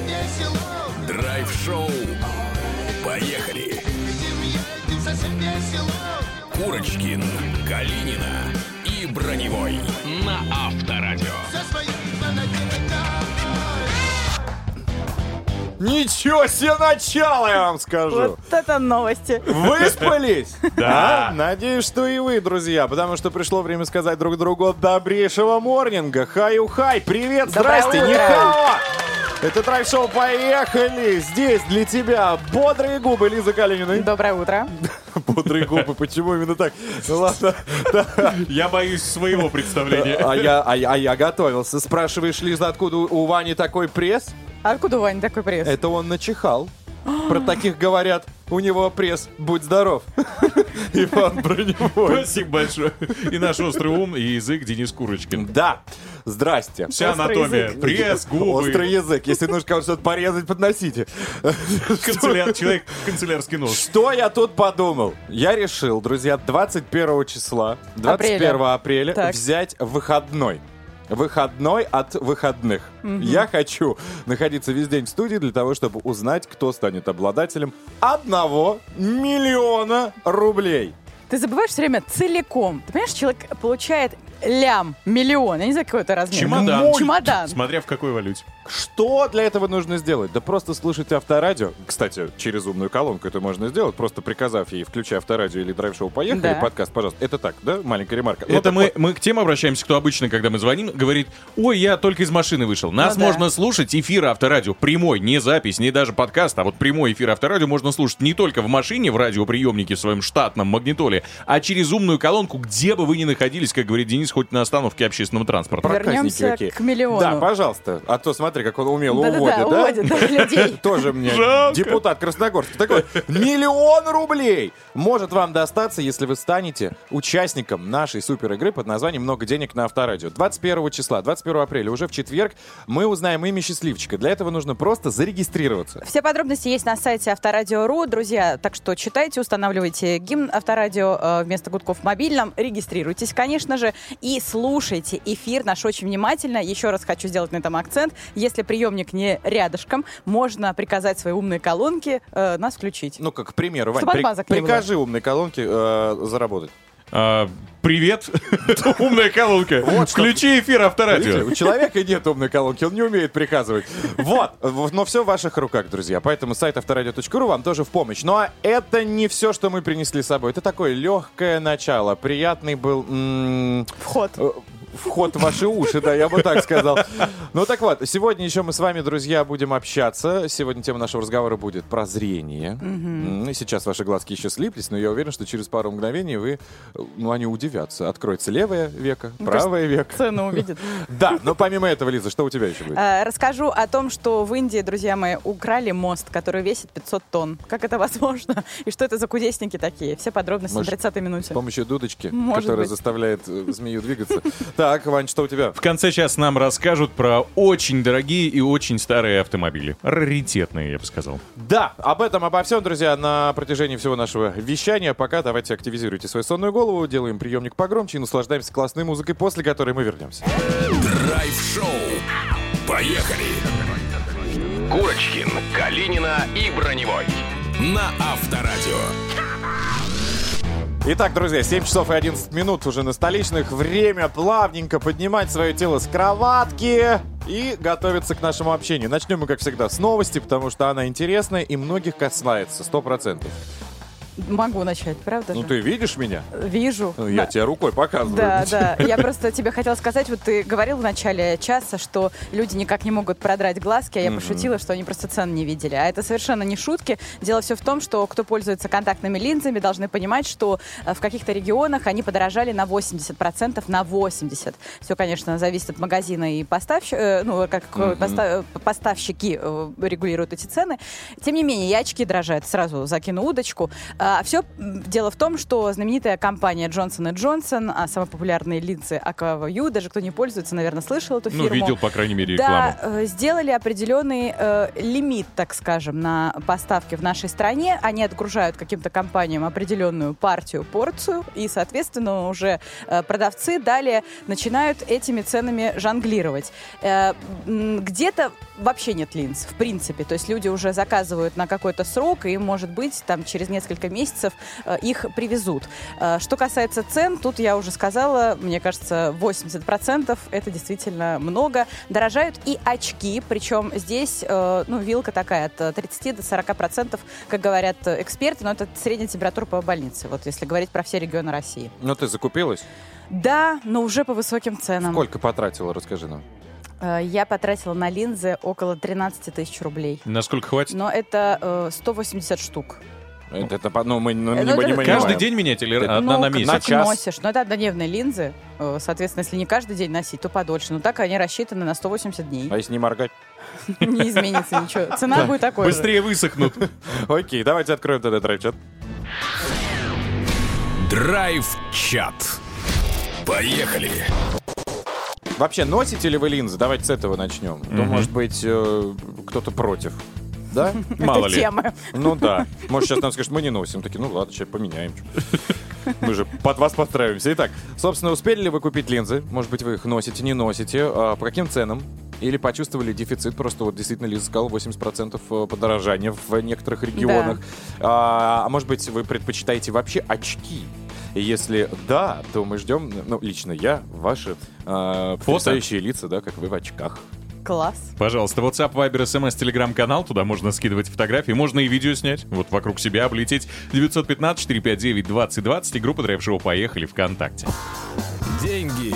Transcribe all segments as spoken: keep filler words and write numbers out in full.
Драйв-шоу. Поехали. Курочкин, Калинина и Броневой на Авторадио. Ничего себе начало, я вам скажу. Вот это новости. Выспались? Да. А? Надеюсь, что и вы, друзья, потому что пришло время сказать друг другу добрейшего морнинга. Хай-у-хай, привет, Доброе здрасте, утро. никого. Это драйв-шоу «Поехали». Здесь для тебя бодрые губы Лизы Калининой. Доброе утро. Бодрые губы, почему именно так? Ну ладно. Я боюсь своего представления. А я, а, я, а я готовился. Спрашиваешь, Лиза, откуда у Вани такой пресс? А откуда у Вани такой пресс? Это он начихал. Про таких говорят, у него пресс, будь здоров. Иван Броневой. Спасибо большое. И наш острый ум, и язык Денис Курочкин. Да, здрасте. Вся Острый анатомия. язык. Пресс, губы. Острый язык. Если нужно кому-то что-то порезать, подносите. Канцеляр, человек, канцелярский нож. Что я тут подумал? Я решил, друзья, двадцать первого числа, двадцать первого апреля, Так. взять выходной. Выходной от выходных. Я хочу находиться весь день в студии для того, чтобы узнать, кто станет обладателем одного миллиона рублей. Ты забываешь все время целиком. Ты понимаешь, человек получает лям, миллион. Я не знаю, какой это размер. Чемодан. Мой. Чемодан. Смотря в какой валюте. Что для этого нужно сделать? Да просто слушать авторадио. Кстати, через умную колонку это можно сделать, просто приказав ей «включай авторадио» или «драйв-шоу поехали», Да. подкаст, пожалуйста. Это так, да? Маленькая ремарка. Ну, Это так мы, вот. мы к тем обращаемся, кто обычно, когда мы звоним, говорит: ой, я только из машины вышел. Нас Ну да. можно слушать эфир Авторадио прямой, не запись, не даже подкаст, а вот прямой эфир Авторадио можно слушать не только в машине, в радиоприемнике в своем штатном магнитоле, а через умную колонку, где бы вы ни находились, как говорит Денис, хоть на остановке общественного транспорта. Проказники Вернемся какие. к миллиону. Да, пожалуйста. А то смотри, как он умело Да-да-да, уводит, да? уводит, да, людей. Тоже мне Жалко. депутат Красногорский. Такой, миллион рублей может вам достаться, если вы станете участником нашей супер игры под названием «Много денег на Авторадио». двадцать первого числа, двадцать первого апреля, уже в четверг, мы узнаем имя счастливчика. Для этого нужно просто зарегистрироваться. Все подробности есть на сайте Авторадио точка ру, друзья. Так что читайте, устанавливайте гимн Авторадио э, вместо гудков в мобильном. Регистрируйтесь, конечно же, и слушайте эфир наш очень внимательно. Еще раз хочу сделать на этом акцент. Если приемник не рядышком, можно приказать свои умные колонки э, нас включить. Ну, как, к примеру, Вань, Чтобы при- отмазок не было. прикажи умной колонке э, заработать. А, привет, умная колонка. Вот что. Включи эфир Видите, Авторадио. у человека нет умной колонки, он не умеет приказывать. Вот, в- но все в ваших руках, друзья. Поэтому сайт авторадио точка ру вам тоже в помощь. Ну а это не все, что мы принесли с собой. Это такое легкое начало. Приятный был м- Вход. э, вход в ваши уши, да, я бы так сказал. Ну так вот, сегодня еще мы с вами, друзья, будем общаться. Сегодня тема нашего разговора будет про зрение. М, Сейчас ваши глазки еще слиплись, но я уверен, что через пару мгновений вы, э, ну, они удивятся. Откроется левое веко, правое веко. Цену увидит. Да, но помимо этого, Лиза, что у тебя еще будет? Э, Расскажу о том, что в Индии, друзья мои, украли мост, который весит пятьсот тонн. Как это возможно? И что это за кудесники такие? Все подробности Может, на тридцатой С минуте. помощью дудочки, Может которая быть. заставляет э, змею двигаться. Так, Вань, что у тебя? В конце часа нам расскажут про очень дорогие и очень старые автомобили. Раритетные, я бы сказал. Да, об этом, обо всем, друзья, на протяжении всего нашего вещания. Пока давайте активизируйте свою сонную голову, делаем приемник погромче и наслаждаемся классной музыкой, после которой мы вернемся. Драйв-шоу. Поехали. Курочкин, Калинина и Броневой на Авторадио. Итак, друзья, семь часов и одиннадцать минут уже на столичных. Время плавненько поднимать свое тело с кроватки и готовиться к нашему общению. Начнем мы, как всегда, с новости, потому что она интересная и многих касается, сто процентов. Могу начать, правда Ну, же? ты видишь меня? Вижу. Ну, я Да. тебе рукой показываю. Да, да. Я просто тебе хотела сказать, вот ты говорил в начале часа, что люди никак не могут продрать глазки, а я пошутила, что они просто цен не видели. А это совершенно не шутки. Дело все в том, что кто пользуется контактными линзами, должны понимать, что э, в каких-то регионах они подорожали на восемьдесят процентов, на восемьдесят процентов. Все, конечно, зависит от магазина и поставщика, ну, как э, поста- поставщики э, регулируют эти цены. Тем не менее, и очки дрожат. Сразу закину удочку. Э, А, все дело в том, что знаменитая компания Johnson энд Johnson, а самые популярные линзы Aqua-View, даже кто не пользуется, наверное, слышал эту фирму. Ну, видел, по крайней мере, рекламу. Да, сделали определенный э, лимит, так скажем, на поставки в нашей стране. Они отгружают каким-то компаниям определенную партию, порцию, и, соответственно, уже э, продавцы далее начинают этими ценами жонглировать. Э, где-то вообще нет линз, в принципе. То есть люди уже заказывают на какой-то срок, и, может быть, там через несколько месяцев э, их привезут. Э, что касается цен, тут я уже сказала, мне кажется, восемьдесят процентов это действительно много. Дорожают и очки, причем здесь, э, ну, вилка такая, от тридцати до сорока процентов, как говорят эксперты, но это средняя температура по больнице, вот если говорить про все регионы России. Ну, ты закупилась? Да, но уже по высоким ценам. Сколько потратила, расскажи нам. Э, я потратила на линзы около тринадцать тысяч рублей. Насколько хватит? Но это э, сто восемьдесят штук. Это, это, ну, мы, ну, Ну, не, это- не понимаем. Каждый день менять или Это- одна ну, на как- месяц? На как час. носишь. Но это однодневные линзы. Э, Соответственно, если не каждый день носить, то подольше. Но так они рассчитаны на сто восемьдесят дней. А если не моргать? Не изменится ничего. Цена будет такой же. Быстрее высохнут. Окей, давайте откроем тогда драйв-чат. Драйв-чат. Поехали. Вообще, носите ли вы линзы? Давайте с этого начнем. То, может быть, э, кто-то против. Да? Мало Это ли. тема. Ну да. Может, сейчас нам скажут, мы не носим. Такие, ну ладно, сейчас поменяем. Мы же под вас подстраиваемся. Итак, собственно, успели ли вы купить линзы? Может быть, вы их носите, не носите? А по каким ценам? Или почувствовали дефицит? Просто вот действительно Лиза сказала, восемьдесят процентов подорожания в некоторых регионах. А, а может быть, вы предпочитаете вообще очки? И если да, то мы ждем, ну, лично я, ваши э, потрясающие лица, да, как вы в очках. Класс. Пожалуйста, WhatsApp, Viber, эс эм эс, Telegram-канал. Туда можно скидывать фотографии. Можно и видео снять. Вот вокруг себя облететь. девять один пять четыре пять девять двадцать двадцать и группа Драйв Шоу «Поехали» ВКонтакте. Деньги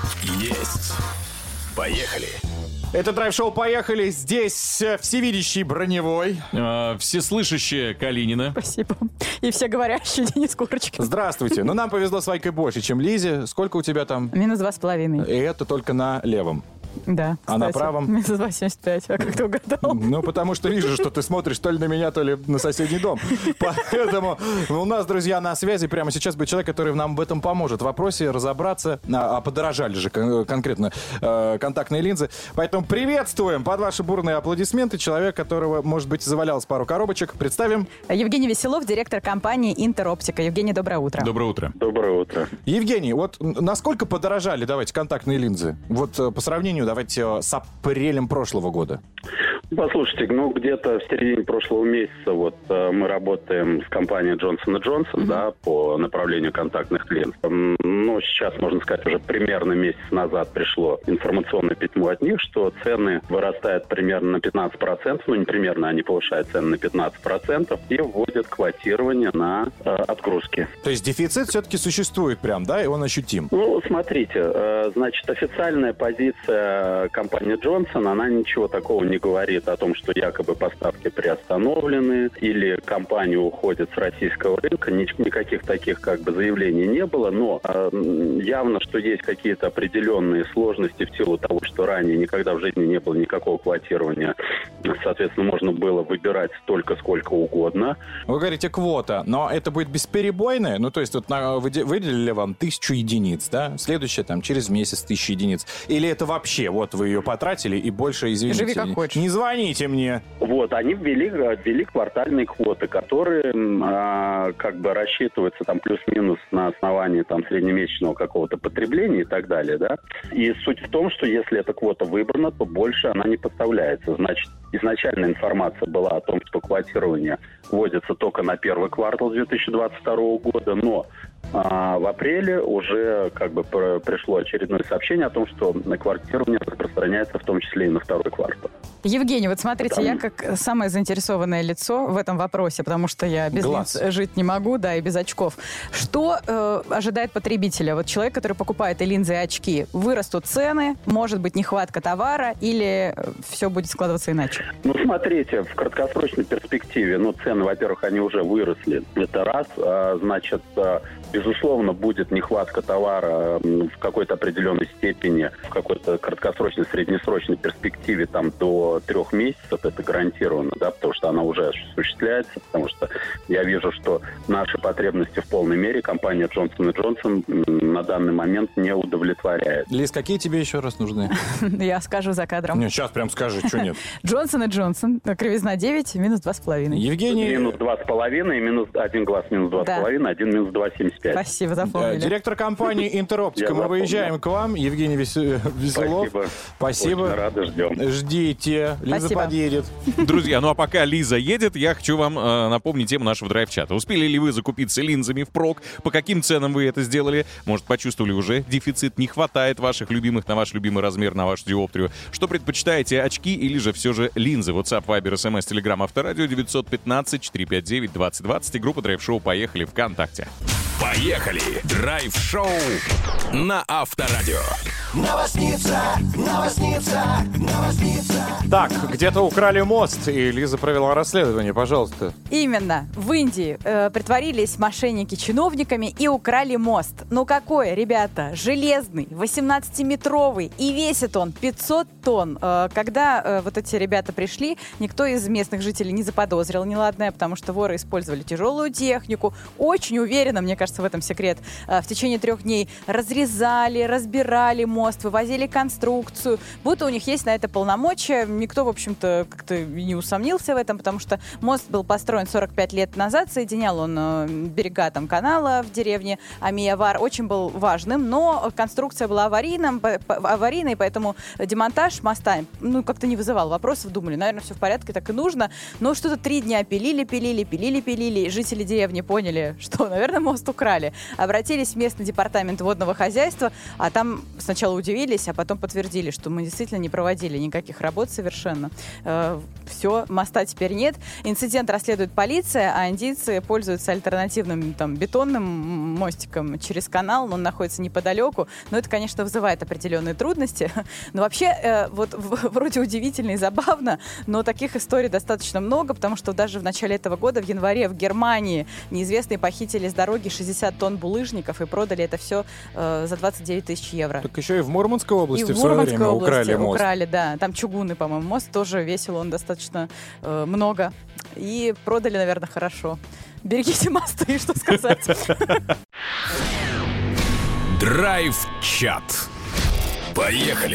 есть. Поехали. Это драйв-шоу «Поехали». Здесь э, всевидящий Броневой. А, всеслышащая Калинина. Спасибо. И все говорящие Денис Курочкин. Здравствуйте. Ну, нам повезло с Вайкой больше, чем Лизе. Сколько у тебя там? Минус два с половиной. И это только на левом. Да. А на кстати. правом? Минус два семьдесят пять. А как ты угадал? Ну, потому что вижу, что ты смотришь то ли на меня, то ли на соседний дом. Поэтому у нас, друзья, на связи прямо сейчас будет человек, который нам в этом поможет. В вопросе разобраться. А, а подорожали же кон- конкретно э, контактные линзы. Поэтому приветствуем под ваши бурные аплодисменты человека, которого, может быть, завалялось пару коробочек. Представим. Евгений Веселов, директор компании «Интероптика». Евгений, доброе утро. Доброе утро. Доброе утро. Евгений, вот насколько подорожали, давайте, контактные линзы? Вот э, по сравнению, давайте, э, с апрелем прошлого года. Послушайте, ну где-то в середине прошлого месяца вот э, мы работаем с компанией Johnson энд Johnson, mm-hmm. да, по направлению контактных линз. Эм, ну, сейчас, можно сказать, уже примерно месяц назад пришло информационное письмо от них, что цены вырастают примерно на пятнадцать процентов, ну не примерно, они повышают цены на пятнадцать процентов и вводят квотирование на э, отгрузки. То есть дефицит все-таки существует прям, да, и он ощутим? Ну, смотрите, э, значит, официальная позиция компании Johnson, она ничего такого не говорит о том, что якобы поставки приостановлены или компания уходит с российского рынка. Ни, никаких таких как бы заявлений не было, но э, явно, что есть какие-то определенные сложности в силу того, что ранее никогда в жизни не было никакого квотирования. Соответственно, можно было выбирать столько, сколько угодно. Вы говорите квота, но это будет бесперебойное? Ну, то есть вот на, выде- выделили вам тысячу единиц, да? Следующее там через месяц тысяча единиц. Или это вообще, вот вы ее потратили и больше, извините, Живи как хочешь. не звоните мне. Вот, они ввели, ввели квартальные квоты, которые а, как бы рассчитываются там плюс-минус на основании там среднемесячного какого-то потребления и так далее, да. И суть в том, что если эта квота выбрана, то больше она не поставляется. Значит, изначальная информация была о том, что квотирование вводится только на первый квартал две тысячи двадцать второго года, но а в апреле уже как бы пришло очередное сообщение о том, что квотирование распространяется в том числе и на второй квартал. Евгений, вот смотрите, Там... я как самое заинтересованное лицо в этом вопросе, потому что я без Глаз. линз жить не могу, да, и без очков. Что э, ожидает потребителя? Вот человек, который покупает и линзы, и очки, вырастут цены, может быть нехватка товара или все будет складываться иначе? Ну, смотрите, в краткосрочной перспективе, ну, цены, во-первых, они уже выросли. Это раз. А, значит, безусловно, будет нехватка товара в какой-то определенной степени, в какой-то краткосрочной, среднесрочной перспективе там до трех месяцев, это гарантированно, да, потому что она уже осуществляется, потому что я вижу, что наши потребности в полной мере компания Johnson энд Johnson на данный момент не удовлетворяет. Лиз, какие тебе еще раз нужны? Я скажу за кадром. Не, сейчас прям скажи, что нет. Джонсон и Джонсон. Кривизна девять, минус два с половиной. Евгений... Минус два с половиной, минус один глаз минус два с половиной, один минус два семьдесят пять. Спасибо, запомнили. Директор компании Интероптика. Мы выезжаем к вам. Евгений Веселов. Спасибо. Спасибо. Очень рады, ждем. Ждите. Лиза Спасибо. подъедет. Друзья, ну а пока Лиза едет, я хочу вам э, напомнить тему нашего драйв-чата. Успели ли вы закупиться линзами впрок? По каким ценам вы это сделали? Может, почувствовали уже дефицит? Не хватает ваших любимых на ваш любимый размер, на вашу диоптрию? Что предпочитаете, очки или же все же линзы? WhatsApp, Viber, эс эм эс, Telegram, Авторадио девятьсот пятнадцать четыреста пятьдесят девять двадцать двадцать и группа Драйв-шоу «Поехали» ВКонтакте. Поехали! Драйв-шоу на Авторадио. Новосница, новосница, новосница. Так, где-то украли мост, и Лиза провела расследование. Пожалуйста. Именно. В Индии э, притворились мошенники чиновниками и украли мост. Ну какой, ребята? Железный, восемнадцатиметровый, и весит он пятьсот тонн. Э, когда э, вот эти ребята пришли, никто из местных жителей не заподозрил неладное, потому что воры использовали тяжелую технику. Очень уверенно, мне кажется, в этом секрет. Э, в течение трех дней разрезали, разбирали мост, вывозили конструкцию. Будто у них есть на это полномочия. Никто, в общем-то, как-то не усомнился в этом, потому что мост был построен сорок пять лет назад, соединял он э, берега там канала в деревне Амиявар, очень был важным, но конструкция была аварийным, по, по, аварийной, поэтому демонтаж моста, ну, как-то не вызывал вопросов, думали, наверное, все в порядке, так и нужно, но что-то три дня пилили, пилили, пилили, пилили, и жители деревни поняли, что, наверное, мост украли, обратились в местный департамент водного хозяйства, а там сначала удивились, а потом подтвердили, что мы действительно не проводили никаких работ совершенно. Э, все, моста теперь нет. Инцидент расследует полиция, а индийцы пользуются альтернативным там, бетонным мостиком через канал, но он находится неподалеку. Но это, конечно, вызывает определенные трудности. Но вообще, э, вот в, вроде удивительно и забавно, но таких историй достаточно много, потому что даже в начале этого года, в январе, в Германии неизвестные похитили с дороги шестьдесят тонн булыжников и продали это все э, за двадцать девять тысяч евро. Так еще и в Мурманской области И в в свое Мурманской время области украли мост. Украли, да. Там чугунный, по-моему, мост. Тоже весил он достаточно э, много. И продали, наверное, хорошо. Берегите мосты, что сказать. Драйв-чат. Поехали!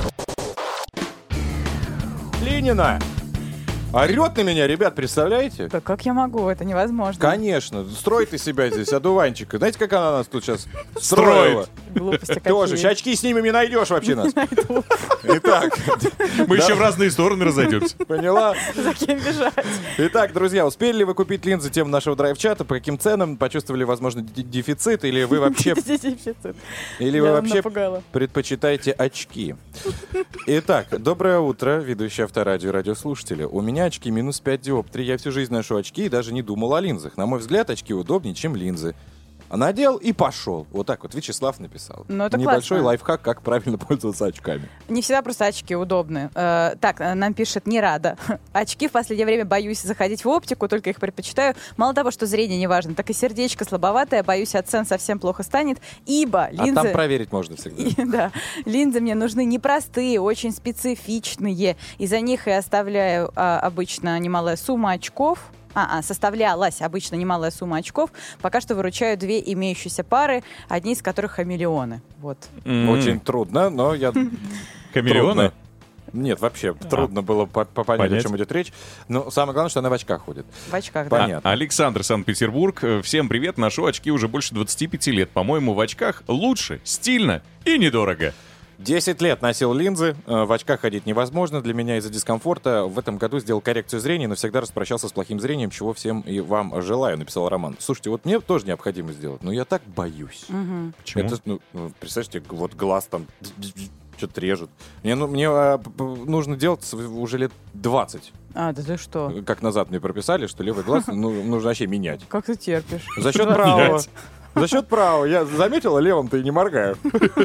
Ленина! Орет на меня, ребят, представляете? Да как я могу? Это невозможно. Конечно. Строит из себя здесь одуванчика. Знаете, как она нас тут сейчас Строит. строила? Глупости какие. Тоже. Сейчас очки снимем, не найдешь вообще нас. Итак, Мы еще в разные стороны разойдемся. поняла? За кем бежать? Итак, друзья, успели ли вы купить линзы тем нашего драйв-чата? По каким ценам? Почувствовали, возможно, д- дефицит? Или вы вообще, Дефицит. или вы Я вообще напугала. предпочитаете очки? Итак, доброе утро, ведущие Авторадио и радиослушатели. У меня очки минус пять диоптрий. Я всю жизнь ношу очки и даже не думал о линзах. На мой взгляд, очки удобнее, чем линзы. Надел и пошел. Вот так вот Вячеслав написал. Ну, это Небольшой классно. лайфхак, как правильно пользоваться очками. Не всегда просто очки удобны. Э, так, э, нам пишет не рада. Очки в последнее время боюсь заходить в оптику, только их предпочитаю. Мало того, что зрение не важно, так и сердечко слабоватое. Боюсь, от цен совсем плохо станет. Ибо линзы... А там проверить можно всегда. И, да, линзы мне нужны непростые, очень специфичные. Из-за них и оставляю а, обычно немалая сумма очков. А, а, составлялась обычно немалая сумма очков. Пока что выручаю две имеющиеся пары, одни из которых хамелеоны. Вот. Очень трудно, но я... Хамелеоны? Трудно. Нет, вообще трудно было по- по- понять, Понять. о чем идет речь. Но самое главное, что она в очках ходит. В очках, да. Понятно. А- Александр, Санкт-Петербург. Э, Всем привет, ношу очки уже больше двадцати пяти лет. По-моему, в очках лучше, стильно и недорого. Десять лет носил линзы, э, в очках ходить невозможно для меня из-за дискомфорта. В этом году сделал коррекцию зрения, но всегда распрощался с плохим зрением, чего всем и вам желаю, написал Роман. Слушайте, вот мне тоже необходимо сделать, но я так боюсь. Почему? Это, ну, ну, представьте, вот глаз там что-то режет. Мне, ну, мне а, п- п- нужно делать с- уже лет двадцать. А, да ты что? Как назад мне прописали, что левый глаз ну, нужно вообще менять. Как ты терпишь? За счет правого. Менять. За счет правого. Я заметила, левым-то и не моргаю.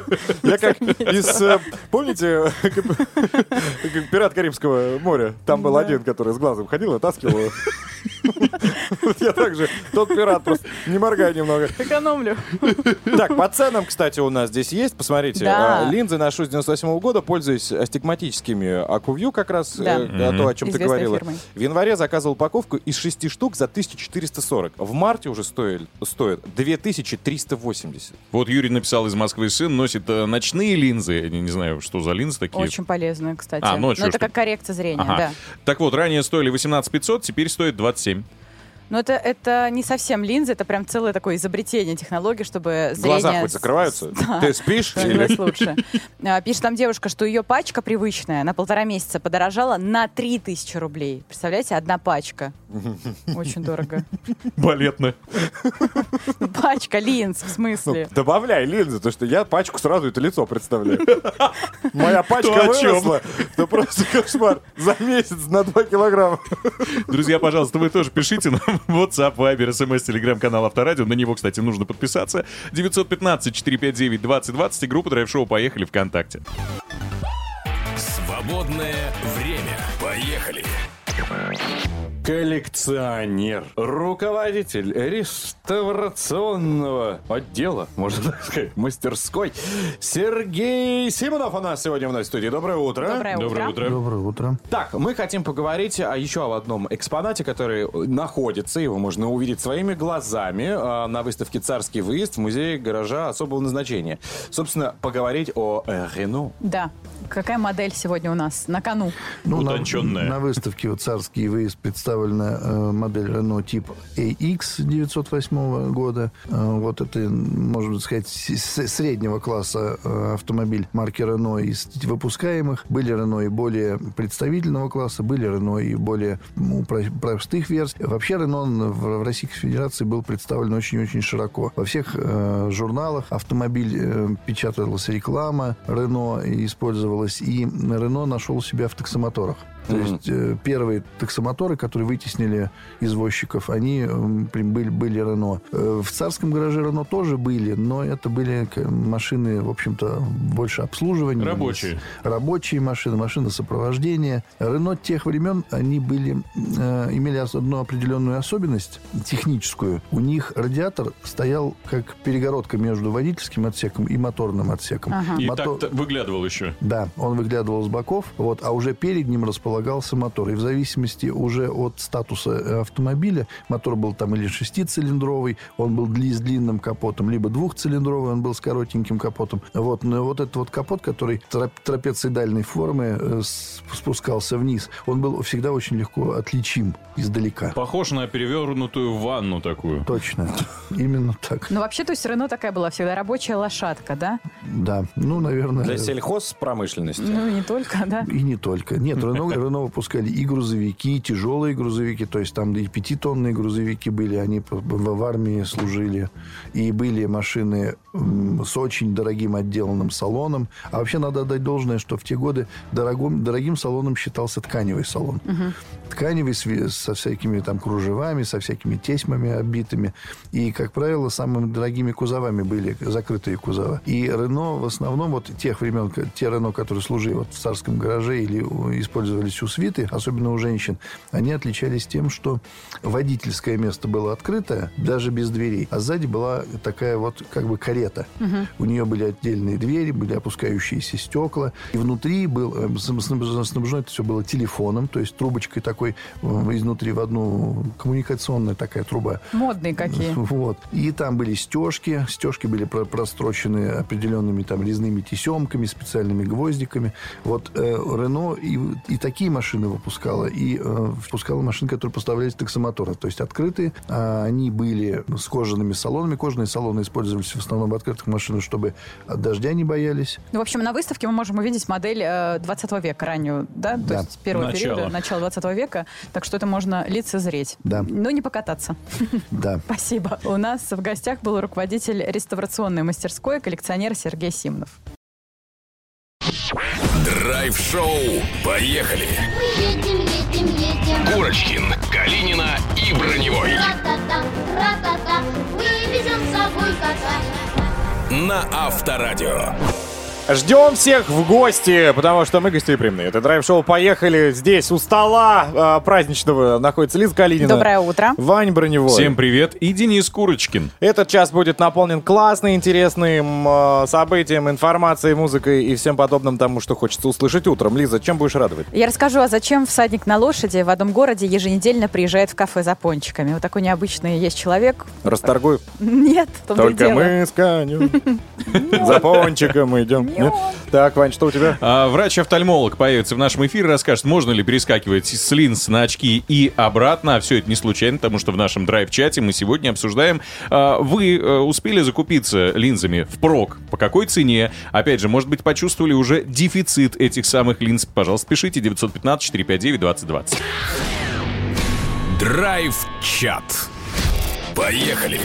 Я как из... э, Помните, как «Пират Карибского моря»? Там был один, который с глазом ходил, оттаскивал его. Я также, тот пират, просто не моргай немного. Экономлю. Так, по ценам, кстати, у нас здесь есть. Посмотрите, Да. а, линзы ношу с девяносто восьмого года, пользуюсь астигматическими Акувью, как раз Да. э, а то, о чем ты Известной говорила. фирмой. В январе заказывал упаковку из шести штук за тысячу четыреста сорок. В марте уже стоит, стоит две тысячи триста восемьдесят. Вот Юрий написал из Москвы, сын носит э, ночные линзы. Я не знаю, что за линзы такие. Очень полезно, кстати. А, ночью Но это что- как коррекция зрения, Ага. да. Так вот, ранее стоили восемнадцать пятьсот, теперь стоит двадцать семь. Но это, это не совсем линзы, это прям целое такое изобретение технологии, чтобы зрение... Глаза хоть закрываются? Да. Ты спишь? Или... Становилось лучше. А, Пишет там девушка, что ее пачка привычная на полтора месяца подорожала на три тысячи рублей. Представляете, одна пачка. Очень дорого. Балетно. Ну, Пачка линз, в смысле. Добавляй линзы, потому что я пачку сразу это лицо представляю. Моя пачка То о чем? выросла. Это просто кошмар. За месяц на два килограмма. Друзья, пожалуйста, вы тоже пишите нам WhatsApp, Viber, эс эм эс, Telegram-канал Авторадио. На него, кстати, нужно подписаться. девятьсот пятнадцать четыреста пятьдесят девять двадцать двадцать и группа Драйв Шоу «Поехали» ВКонтакте. Свободное время. Поехали. Коллекционер, руководитель реставрационного отдела, можно так сказать, мастерской, Сергей Симонов у нас сегодня в нашей студии. Доброе утро. Доброе утро. Доброе утро. Доброе утро. Так, мы хотим поговорить о еще одном экспонате, который находится, его можно увидеть своими глазами э, на выставке «Царский выезд» в музее гаража особого назначения. Собственно, поговорить о э, Рено. Да. Какая модель сегодня у нас на кону? Ну, на, Утонченная. на выставке вот «Царский выезд» представлена э, модель Renault тип эй икс девятьсот восьмого года. Э, вот это, можно сказать, с- с- среднего класса э, автомобиль марки Renault из выпускаемых. Были Renault и более представительного класса, были Renault и более ну, про- простых версий. Вообще Renault в, в Российской Федерации был представлен очень-очень широко. Во всех э, журналах автомобиль э, печаталась реклама Renault использовалась, и Renault нашел себя в таксомоторах. То Мгм. есть э, первые таксомоторы, которые вытеснили извозчиков, они э, при- были, были Renault. Э, в царском гараже Renault тоже были, но это были к- машины, в общем-то, больше обслуживания. Рабочие. Рабочие машины, машины сопровождения. Renault тех времен, они были, э, имели ос- одну определенную особенность техническую. У них радиатор стоял как перегородка между водительским отсеком и моторным отсеком. Ага. И Мотор- так выглядывал еще. Да, он выглядывал с боков, вот, а уже перед ним располагался мотор. И в зависимости уже от статуса э, автомобиля, мотор был там или шестицилиндровый, он был дли- с длинным капотом, либо двухцилиндровый, он был с коротеньким капотом. Вот, но вот этот вот капот, который трап- трапециидальной формы э, с- спускался вниз, он был всегда очень легко отличим издалека. Похож на перевернутую ванну такую. Точно. Именно так. Ну, вообще, то есть Рено такая была всегда рабочая лошадка, да? Да. Ну, наверное... Для сельхозпромышленности. Ну, и не только, да? И не только. Нет, Рено, Рено выпускали и грузовики, и тяжелые грузовики, то есть там и пятитонные грузовики были, они в, в армии служили, и были машины м, с очень дорогим отделанным салоном. А вообще надо отдать должное, что в те годы дорогом, дорогим салоном считался тканевый салон. Тканевый с, ви- со всякими там кружевами, со всякими тесьмами оббитыми. И, как правило, самыми дорогими кузовами были закрытые кузова. И Рено в основном, вот тех времен, к- те Рено, которые служили вот в царском гараже или у- использовались у свиты, особенно у женщин, они отличались тем, что водительское место было открытое, даже без дверей, а сзади была такая вот как бы карета. У нее были отдельные двери, были опускающиеся стекла, и внутри был э, снаб- снаб- снабжено это все было телефоном, то есть трубочкой такой э, изнутри в одну коммуникационная такая труба. Модные какие. Вот. И там были стежки. Стежки были про- прострочены определенными там резными тесемками, специальными гвоздиками. Вот э, Рено и, и такие машины выпускала, и э, выпускала машины, которые поставлялись в таксомоторы. То есть открытые. А они были с кожаными салонами. Кожаные салоны использовались в основном в открытых машинах, чтобы от дождя не боялись. Ну, в общем, на выставке мы можем увидеть модель э, двадцатого века раннюю, да? То Да. есть первого Начало. периода, начала двадцатого века. Так что это можно лицезреть. Да. Но не покататься. Да. Спасибо. У нас в гостях был руководитель реставрационной мастерской, коллекционер Сергей Симонов. Драйв-шоу. Поехали. Мы едем, едем, едем. Курочкин, Калинина и Броневой. Ра-та-та, ра-та-та. Мы везем с собой кота. На Авторадио. Ждем всех в гости, потому что мы гостеприимные. Это драйв-шоу «Поехали». Здесь у стола э, праздничного находится Лиза Калинина. Доброе утро. Вань Броневой. Всем привет. И Денис Курочкин. Этот час будет наполнен классным, интересным э, событием, информацией, музыкой и всем подобным тому, что хочется услышать утром. Лиза, чем будешь радовать? Я расскажу, а зачем всадник на лошади в одном городе еженедельно приезжает в кафе за пончиками. Вот такой необычный есть человек. Расторгуев? Нет, в том-то и Только дело. мы с конем за пончиком идем. Нет? Так, Вань, что у тебя? А, врач-офтальмолог появится в нашем эфире, расскажет, можно ли перескакивать с линз на очки и обратно. А все это не случайно, потому что в нашем драйв-чате мы сегодня обсуждаем, а, вы а, успели закупиться линзами впрок, по какой цене? Опять же, может быть, почувствовали уже дефицит этих самых линз? Пожалуйста, пишите девять один пять четыре пять девять двадцать двадцать. Драйв-чат. Поехали.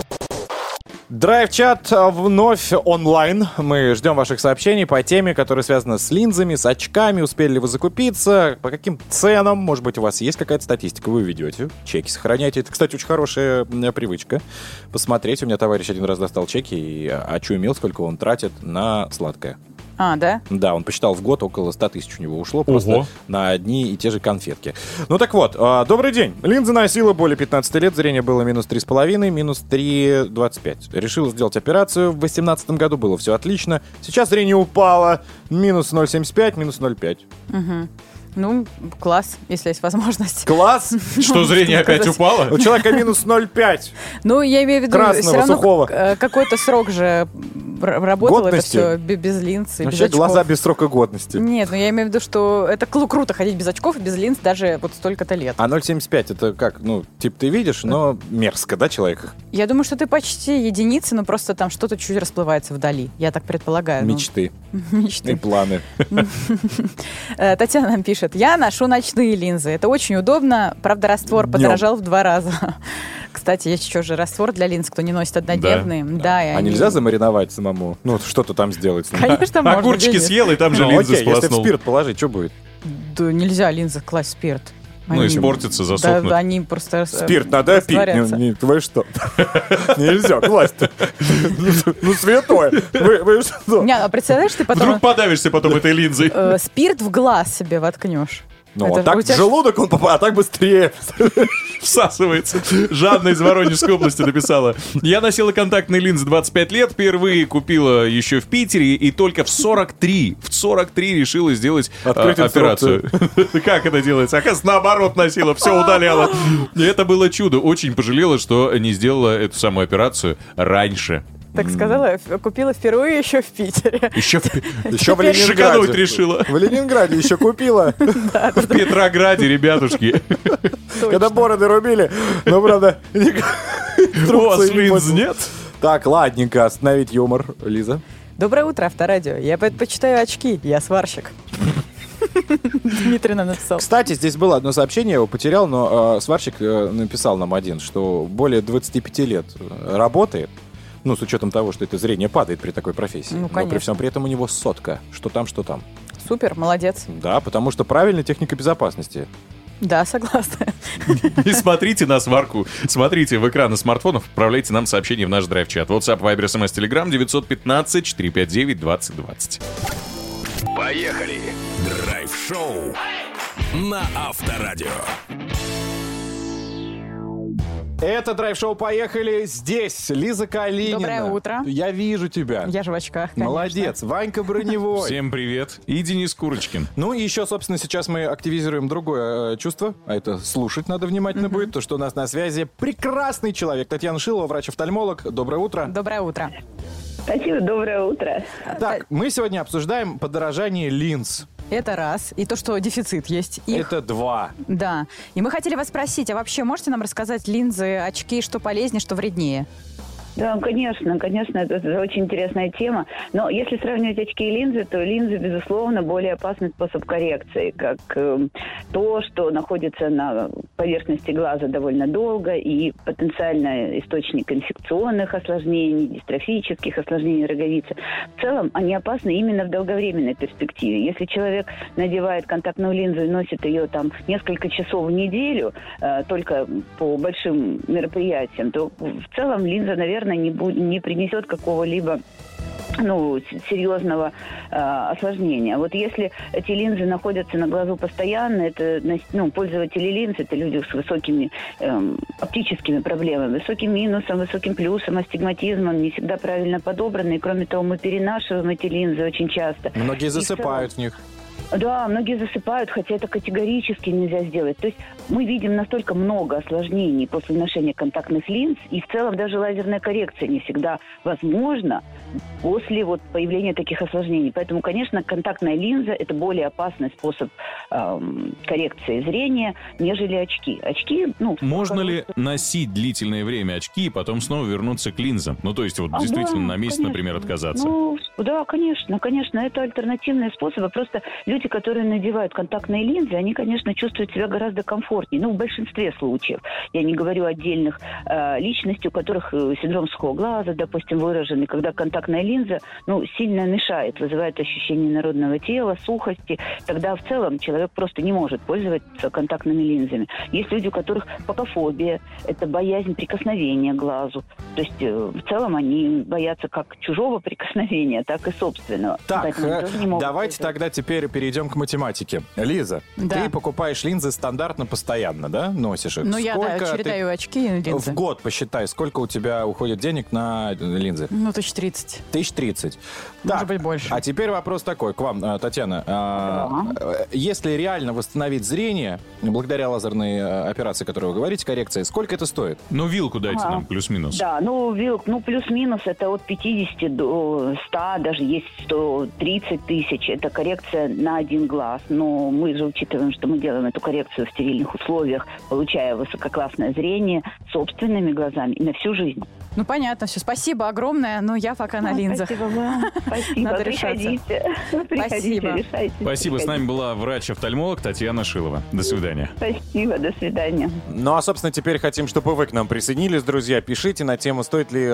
Драйв-чат вновь онлайн. Мы ждем ваших сообщений по теме, которая связана с линзами, с очками. Успели ли вы закупиться? По каким ценам? Может быть, у вас есть какая-то статистика? Вы ведете, чеки сохраняете. Это, кстати, очень хорошая привычка. Посмотреть. У меня товарищ один раз достал чеки и очумел, сколько он тратит на сладкое. А, да? Да, он посчитал в год, около ста тысяч у него ушло просто Ого. на одни и те же конфетки. Ну так вот, э, добрый день. Линзы носила более пятнадцати лет, зрение было минус три с половиной, минус три двадцать пять. Решил сделать операцию, в восемнадцатом году было все отлично. Сейчас зрение упало, минус ноль семьдесят пять, минус ноль пять. Угу. Ну, класс, если есть возможность. Класс! Что, зрение опять упало? У человека минус ноль целых пять. Ну, я имею в виду, Красного, все равно сухого. э, какой-то срок же р- работало это Годности? все без линз и без Вообще очков. глаза без срока годности. Нет, ну я имею в виду, что это клу- круто ходить без очков и без линз даже вот столько-то лет. А ноль семьдесят пять это как? Ну, типа ты видишь, но мерзко, да, человек? Я думаю, что ты почти единицы, но просто там что-то чуть расплывается вдали. Я так предполагаю. ну. Мечты и Мечты. планы. Э, Татьяна нам пишет. Я ношу ночные линзы. Это очень удобно. Правда, раствор Днем. подорожал в два раза. Кстати, есть еще же раствор для линз, кто не носит однодневные. Да, и А они- нельзя замариновать самому? Ну, что-то там сделать. с ним? Конечно, можно. Огурчики Денис. съел, и там же Ну, линзы окей, если в сполоснул. спирт положить, что будет? Да нельзя линзы класть в спирт. Ну, Они- испортятся, Да, засохнут. да, они просто э, Спирт надо пить. растворятся. Не, не, вы что? Нельзя класть. Ну, ну, святое. Вы, вы что? Не, а представляешь, ты потом Вдруг подавишься потом этой линзой. э, спирт в глаз себе воткнешь. Ну, Это а так у тебя в ж- желудок он попадает, а так быстрее. Всасывается. Жанна из Воронежской области написала. Я носила контактные линзы двадцать пять лет, впервые купила еще в Питере, и только в сорок три, в сорок три решила сделать а, Открыть операцию. Как это делается? Оказывается, наоборот носила, все удаляла. И это было чудо. Очень пожалела, что не сделала эту самую операцию раньше. Так сказала, ф- купила впервые еще в Питере. Еще в, Пе- Еще в Теперь шикануть Ленинграде. решила. В Ленинграде еще купила. В Петрограде, ребятушки. Когда бороды рубили. Но, правда, У вас инструкции не линз понял. нет? Так, ладненько, остановить юмор. Лиза. Доброе утро, Авторадио. Я предпочитаю очки, я сварщик. Дмитрий нам написал. Кстати, здесь было одно сообщение, я его потерял, но э, сварщик э, написал нам один, что более двадцати пяти лет э, работает. Ну, с учетом того, что это зрение падает при такой профессии. Ну, Но при конечно. всем при этом у него сотка. Что там, что там. Супер, молодец. Да, потому что правильная техника безопасности. Да, согласна. И смотрите на сварку. Смотрите в экраны смартфонов, отправляйте нам сообщение в наш драйв-чат. WhatsApp, Viber, эс эм эс, Telegram девять один пять четыре пять девять двадцать двадцать. Поехали. Драйв-шоу на Авторадио. Это драйв-шоу «Поехали». Здесь Лиза Калинина. Доброе утро. Я вижу тебя. Я же в очках, конечно. Молодец. Ванька Броневой. Всем привет. И Денис Курочкин. Ну и еще, собственно, сейчас мы активизируем другое э, чувство, а это слушать надо внимательно будет, то, что у нас на связи прекрасный человек. Татьяна Шилова, врач-офтальмолог. Доброе утро. Доброе утро. Спасибо, доброе утро. Так, мы сегодня обсуждаем подорожание линз. Это раз. И то, что дефицит есть их. Это два. Да. И мы хотели вас спросить, а вообще можете нам рассказать линзы, очки, что полезнее, что вреднее? Да, конечно, конечно, это, это очень интересная тема. Но если сравнивать очки и линзы, то линзы, безусловно, более опасный способ коррекции, как э, то, что находится на поверхности глаза довольно долго и потенциально источник инфекционных осложнений, дистрофических осложнений роговицы. В целом, они опасны именно в долговременной перспективе. Если человек надевает контактную линзу и носит ее там несколько часов в неделю, э, только по большим мероприятиям, то в целом линза, наверное, не, будет, не принесет какого-либо ну, серьезного э, осложнения. Вот если эти линзы находятся на глазу постоянно, это, ну, пользователи линз, это люди с высокими э, оптическими проблемами, высоким минусом, высоким плюсом, астигматизмом, не всегда правильно подобраны. И, кроме того, мы перенашиваем эти линзы очень часто. Многие засыпают в них. Да, многие засыпают, хотя это категорически нельзя сделать. То есть мы видим настолько много осложнений после ношения контактных линз, и в целом даже лазерная коррекция не всегда возможна после вот появления таких осложнений. Поэтому, конечно, контактная линза – это более опасный способ эм, коррекции зрения, нежели очки. Очки, ну... Можно ли носить длительное время очки и потом снова вернуться к линзам? Ну, то есть вот А, действительно да, на месяц, конечно. например, отказаться? Ну, да, конечно, конечно, это альтернативные способы. Просто люди, которые надевают контактные линзы, они, конечно, чувствуют себя гораздо комфортнее. Ну, в большинстве случаев. Я не говорю о отдельных э, личностей, у которых э, синдром сухого глаза, допустим, выраженный, когда контактная линза, ну, сильно мешает, вызывает ощущение народного тела, сухости. Тогда в целом человек просто не может пользоваться контактными линзами. Есть люди, у которых фотофобия, это боязнь прикосновения к глазу. То есть э, в целом они боятся как чужого прикосновения, так и собственного. Так, Поэтому они тоже не э, могут давайте пользоваться. тогда теперь перейдем к математике. Лиза, Да. ты покупаешь линзы стандартно, постоянно, да? Носишь их? Ну, я, да, Сколько чередаю очки и ты- линзы. В год посчитай, сколько у тебя уходит денег на линзы? Ну, тысяч тридцать. Тысяч тридцать. Может Так, быть, больше. А теперь вопрос такой к вам, э, Татьяна. А, э, Если реально восстановить зрение, благодаря лазерной э, операции, о которой вы говорите, коррекции, сколько это стоит? Ну, вилку дайте Ага. нам, плюс-минус. Да, ну, вилк, ну, плюс-минус это от пятидесяти до ста, даже есть сто тридцать тысяч. Это коррекция на один глаз. Но мы же учитываем, что мы делаем эту коррекцию в стерильных условиях, получая высококлассное зрение собственными глазами и на всю жизнь. Ну, понятно, все. Спасибо огромное, но я пока на А, линзах. Спасибо вам. Спасибо. Надо решаться. Приходите. Приходите, Спасибо. решайте. Спасибо, с Приходите. нами была врач-офтальмолог Татьяна Шилова. До свидания. Спасибо, до свидания. Ну, а, собственно, теперь хотим, чтобы вы к нам присоединились, друзья. Пишите на тему, стоит ли э,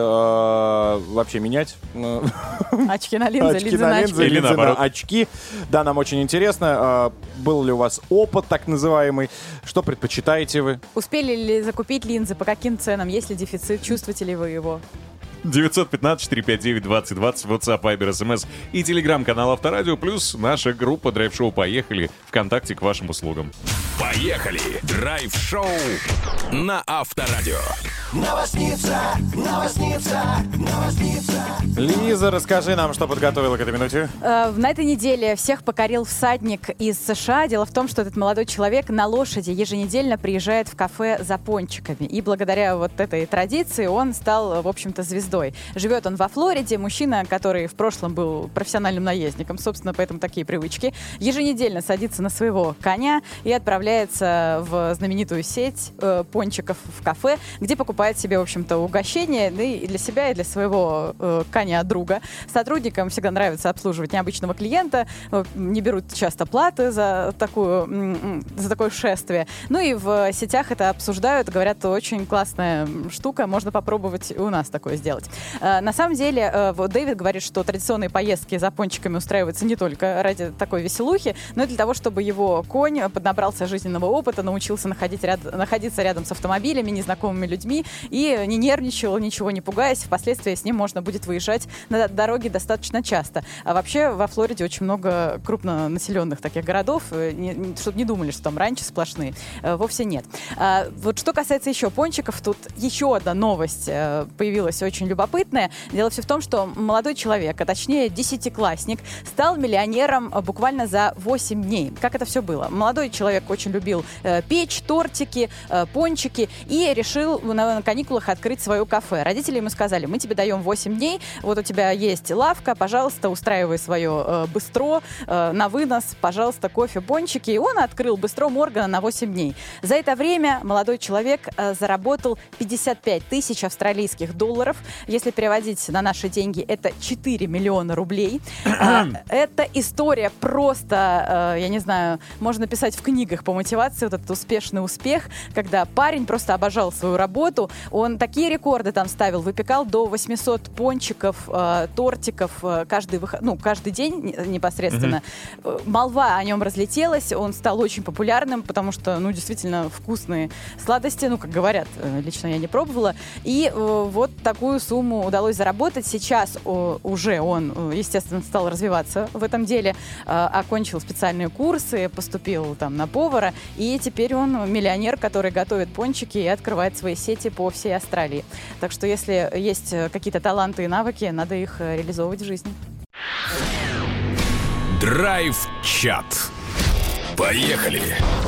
вообще менять э, Очки на линзы, очки линзы на на линзы, очки. Или линзы на наоборот. очки. Да, нам очень интересно, э, был ли у вас опыт так называемый, что предпочитаете вы? Успели ли закупить линзы, по каким ценам, есть ли дефицит, чувствуете ли вы его? девятьсот пятнадцать четыреста пятьдесят девять двадцать двадцать, WhatsApp, Viber, эс эм эс и телеграм-канал Авторадио, плюс наша группа Драйв-шоу «Поехали» ВКонтакте к вашим услугам. Поехали! Драйв-шоу на Авторадио. Новосница, новосница, новосница. Лиза, расскажи нам, что подготовила к этой минуте. Э, На этой неделе всех покорил всадник из США. Дело в том, что этот молодой человек на лошади еженедельно приезжает в кафе за пончиками. И благодаря вот этой традиции он стал, в общем-то, звездой. Живет он во Флориде. Мужчина, который в прошлом был профессиональным наездником, собственно, поэтому такие привычки, еженедельно садится на своего коня и отправляется в знаменитую сеть э, пончиков в кафе, где покупает себе, в общем-то, угощение, да и для себя, и для своего э, коня-друга. Сотрудникам всегда нравится обслуживать необычного клиента, э, не берут часто платы за, такую, м, м, за такое шествие. Ну и в сетях это обсуждают, говорят, очень классная штука, можно попробовать и у нас такое сделать. Э, на самом деле, э, вот Дэвид говорит, что традиционные поездки за пончиками устраиваются не только ради такой веселухи, но и для того, чтобы его конь поднабрался жизненного опыта, научился находить ряд, находиться рядом с автомобилями, незнакомыми людьми и не нервничал, ничего не пугаясь. Впоследствии с ним можно будет выезжать на дороге достаточно часто. А вообще во Флориде очень много крупнонаселенных таких городов, чтобы не думали, что там ранчо сплошные. Вовсе нет. А вот что касается еще пончиков, тут еще одна новость появилась очень любопытная. Дело все в том, что молодой человек, а точнее десятиклассник, стал миллионером буквально за восемь дней. Как это все было? Молодой человек очень любил э, печь, тортики, э, пончики и решил на, на каникулах открыть свое кафе. Родители ему сказали: мы тебе даем восемь дней, вот у тебя есть лавка, пожалуйста, устраивай свое э, быстро э, на вынос, пожалуйста, кофе, пончики. И он открыл быстро Моргана на восемь дней. За это время молодой человек э, заработал пятьдесят пять тысяч австралийских долларов. Если переводить на наши деньги, это четыре миллиона рублей. А, эта история просто, э, я не знаю, можно писать в книгах по мотивации, вот этот успешный успех, когда парень просто обожал свою работу, году он такие рекорды там ставил, выпекал до восемьсот пончиков, э, тортиков э, каждый, выход... ну, каждый день непосредственно. Mm-hmm. Молва о нем разлетелась, он стал очень популярным, потому что, ну, действительно вкусные сладости, ну, как говорят, лично я не пробовала. И э, вот такую сумму удалось заработать. Сейчас э, уже он, естественно, стал развиваться в этом деле, э, окончил специальные курсы, поступил там на повара, и теперь он миллионер, который готовит пончики и открывает свои сети по всей Австралии. Так что если есть какие-то таланты и навыки, надо их реализовывать в жизни. Драйв-чат. Поехали!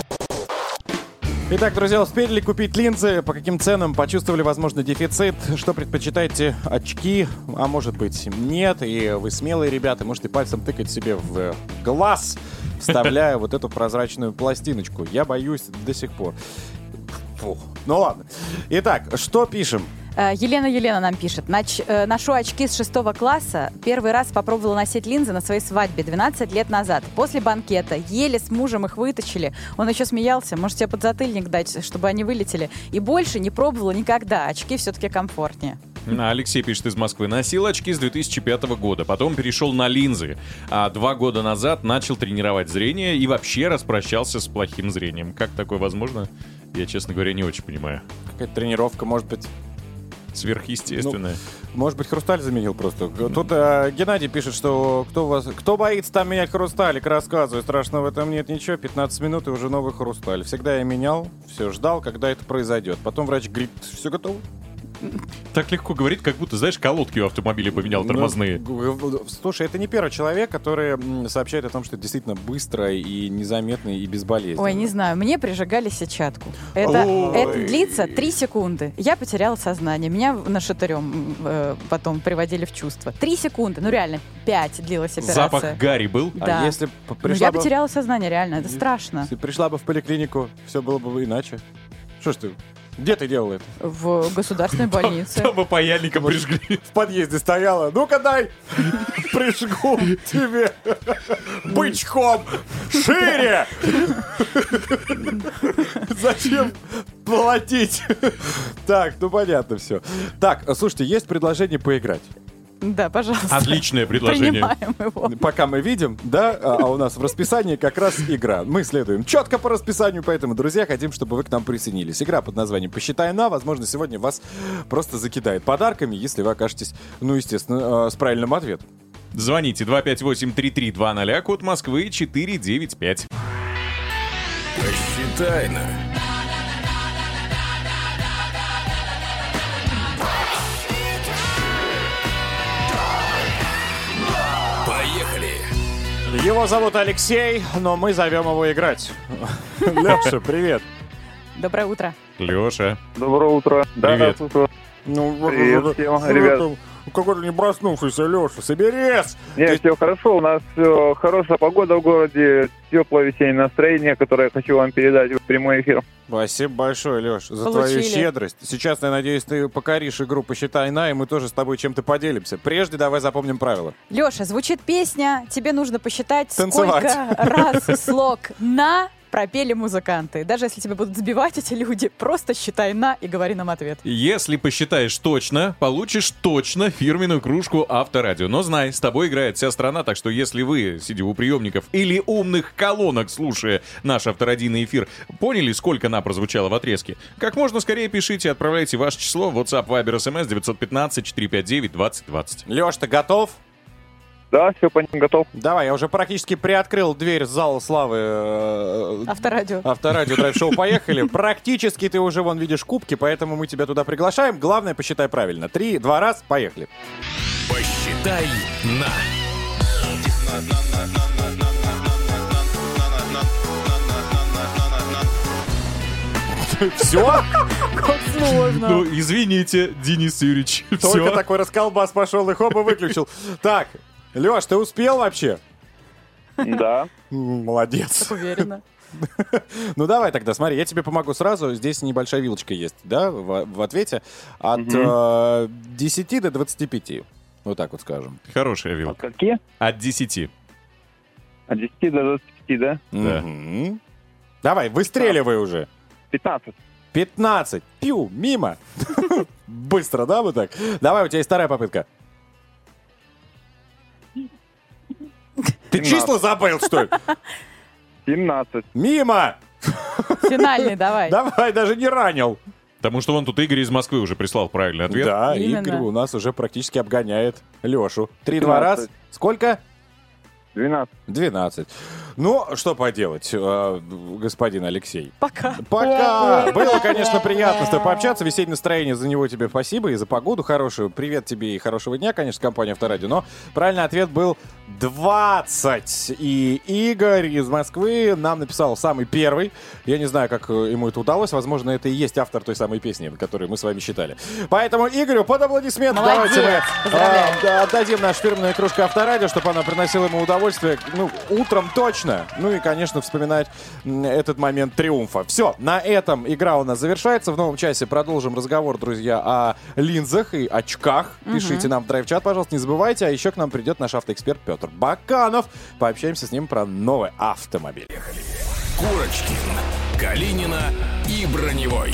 Итак, друзья, успели ли купить линзы? По каким ценам? Почувствовали, возможно, дефицит? Что предпочитаете? Очки? А может быть, нет? И вы смелые ребята, можете пальцем тыкать себе в глаз, вставляя вот эту прозрачную пластиночку. Я боюсь до сих пор. Фу. Ну ладно. Итак, что пишем? Елена Елена нам пишет. Нач, э, ношу очки с шестого класса. Первый раз попробовала носить линзы на своей свадьбе двенадцать лет назад. После банкета. Еле с мужем их вытащили. Он еще смеялся. Может, тебе подзатыльник дать, чтобы они вылетели. И больше не пробовала никогда. Очки все-таки комфортнее. Алексей пишет из Москвы. Носил очки с две тысячи пятого года, потом перешел на линзы, а два года назад начал тренировать зрение и вообще распрощался с плохим зрением. Как такое возможно? Я, честно говоря, не очень понимаю. Какая-то тренировка, может быть... Сверхъестественное. Ну, может быть, хрусталь заменил просто. Тут э, Геннадий пишет, что кто, вас, кто боится там менять хрусталик, рассказываю. Страшно в этом нет ничего. пятнадцать минут и уже новый хрусталь. Всегда я менял, все, ждал, когда это произойдет. Потом врач говорит, все готово. Так легко говорит, как будто, знаешь, колодки у автомобиля поменял, тормозные. Ну, слушай, это не первый человек, который сообщает о том, что это действительно быстро и незаметно и безболезненно. Ой, не знаю, мне прижигали сетчатку. Это, это длится три секунды. Я потеряла сознание. Меня нашатырем э, потом приводили в чувство. Три секунды, ну реально, пять длилась операция. Запах гари был? Да. А если ну, пришла я бы... потеряла сознание, реально, это страшно. Если пришла бы в поликлинику, все было бы иначе. Что ж ты... Где ты делала это? В государственной больнице. Там бы паяльником прижгли. В подъезде стояла. Ну-ка дай! Прижгу тебе бычком! Шире! Зачем платить? Так, ну понятно все. Так, слушайте, есть предложение поиграть. Да, пожалуйста. Отличное предложение. Принимаем его. Пока мы видим, да, а, а у нас в расписании как раз игра. Мы следуем четко по расписанию, поэтому, друзья, хотим, чтобы вы к нам присоединились. Игра под названием «Посчитай на». Возможно, сегодня вас просто закидает подарками, если вы окажетесь, ну, естественно, с правильным ответом. Звоните два пять восемь три три два ноль, код Москвы четыре девять пять. Посчитай на. Его зовут Алексей, но мы зовем его играть. Леша, привет. Доброе утро. Леша. Доброе утро. Привет. Да, да, Ну, привет всем, ребят. Какой-то не проснувшийся, Леша, соберись. Нет, все хорошо, у нас все хорошая погода в городе, теплое весеннее настроение, которое я хочу вам передать в прямой эфир. Спасибо большое, Леш, за Получили. твою щедрость. Сейчас, я надеюсь, ты покоришь игру «Посчитай на», и мы тоже с тобой чем-то поделимся. Прежде давай запомним правила. Леша, звучит песня, тебе нужно посчитать, Танцевать. сколько раз слог «на» пропели музыканты. Даже если тебя будут сбивать эти люди, просто считай «на» и говори нам ответ. Если посчитаешь точно, получишь точно фирменную кружку Авторадио. Но знай, с тобой играет вся страна, так что если вы, сидя у приемников или умных колонок, слушая наш авторадийный эфир, поняли, сколько «на» прозвучало в отрезке, как можно скорее пишите, отправляйте ваше число в WhatsApp, Viber, эс эм эс девять один пять четыре пять девять двадцать двадцать. Леш, ты готов? Да, все, по ним готов. Давай, я уже практически приоткрыл дверь зала славы. э, Авторадио. Авторадио драйв-шоу «Поехали». Практически ты уже вон видишь кубки, поэтому мы тебя туда приглашаем. Главное, посчитай правильно. Три, два, раз, поехали. Посчитай на. Все? Как сложно. Ну, извините, Денис Юрьевич. Только Все. такой расколбас пошел и хоп, и выключил. Так, Леш, ты успел вообще? Да. М, Молодец. Так уверенно. Ну давай тогда, смотри, я тебе помогу сразу. Здесь небольшая вилочка есть, да, в, в ответе. От э, десяти до двадцати пяти. Вот так вот скажем. Хорошая А вилка. какие? От десяти. От десяти до двадцати пяти, да? Да. Мгм. Давай, выстреливай уже. пятнадцать. пятнадцать. Пью, мимо. Быстро, да, вот так? Давай, у тебя есть вторая попытка. Ты числа забыл, что ли? семнадцать. Мимо! Финальный, давай. Давай, даже не ранил. Потому что вон тут Игорь из Москвы уже прислал правильный ответ. Да, Именно. Игорь у нас уже практически обгоняет Лешу. Три-два раз. Сколько? двенадцать. двенадцать. Ну, что поделать, э, господин Алексей. Пока. Пока! Было, конечно, приятно с тобой пообщаться. Весеннее настроение, за него тебе спасибо. И за погоду хорошую. Привет тебе и хорошего дня, конечно, компания Авторадио. Но правильный ответ был двадцать. И Игорь из Москвы нам написал самый первый. Я не знаю, как ему это удалось. Возможно, это и есть автор той самой песни, которую мы с вами считали. Поэтому Игорю под аплодисменты Молодец. давайте мы Поздравляем. э, отдадим нашу фирменную кружку Авторадио, чтобы она приносила ему удовольствие. Ну, утром точно. Ну и, конечно, вспоминать м, этот момент триумфа. Все, на этом игра у нас завершается. В новом часе продолжим разговор, друзья, о линзах и очках. Пишите нам в драйв-чат, пожалуйста, не забывайте. А еще к нам придет наш автоэксперт Петр Баканов. Пообщаемся с ним про новый автомобиль. Курочкин, Калинина и Броневой.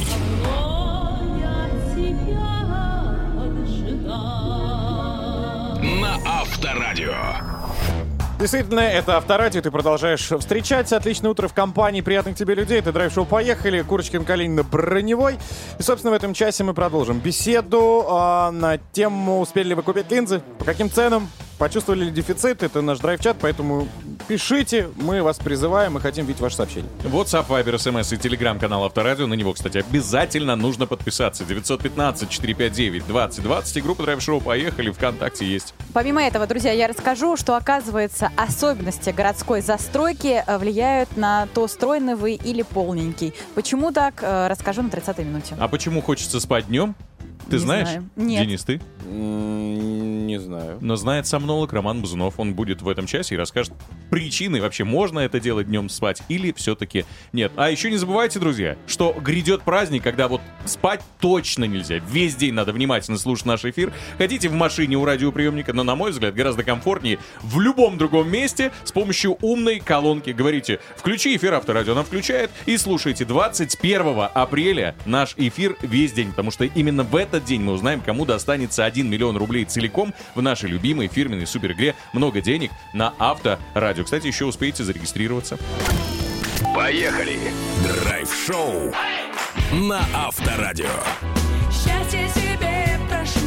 На Авторадио. Действительно, это Авторадио, ты продолжаешь встречать. Отличное утро в компании приятных тебе людей. Это драйв-шоу «Поехали». Курочкин, Калинина, Броневой. И, собственно, в этом часе мы продолжим беседу э, на тему, успели ли вы купить линзы, по каким ценам, почувствовали ли дефицит. Это наш драйв-чат, поэтому пишите. Мы вас призываем, мы хотим видеть ваши сообщения. WhatsApp, Viber, эс эм эс и телеграм-канал Авторадио. На него, кстати, обязательно нужно подписаться. девятьсот пятнадцать четыреста пятьдесят девять двадцать двадцать. И группа драйв-шоу «Поехали» ВКонтакте есть. Помимо этого, друзья, я расскажу, что, оказывается, особенности городской застройки э, влияют на то, стройный вы или полненький. Почему так, э, расскажу на тридцатой минуте. А почему хочется спать днем? Ты Не знаешь? знаю. Нет. Денис, ты? М, Не знаю. Но знает сомнолог Роман Бузунов. Он будет в этом часе и расскажет причины, вообще можно это делать днем спать или все-таки нет. А еще не забывайте, друзья, что грядет праздник, когда вот спать точно нельзя. Весь день надо внимательно слушать наш эфир. Хотите в машине у радиоприемника, но, на мой взгляд, гораздо комфортнее в любом другом месте с помощью умной колонки. Говорите, включи эфир Авторадио, она включает, и слушайте двадцать первого апреля наш эфир весь день, потому что именно в этот день мы узнаем, кому достанется один миллион рублей целиком в нашей любимой фирменной суперигре «Много денег» на Авторадио. Кстати, еще успеете зарегистрироваться. Поехали! Драйв-шоу на Авторадио. Счастье себе прошу.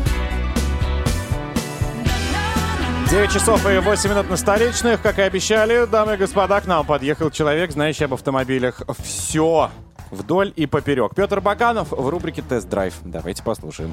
девять часов и восемь минут на столичных. Как и обещали, дамы и господа, к нам подъехал человек, знающий об автомобилях все вдоль и поперек. Петр Баканов в рубрике «Тест-драйв». Давайте послушаем.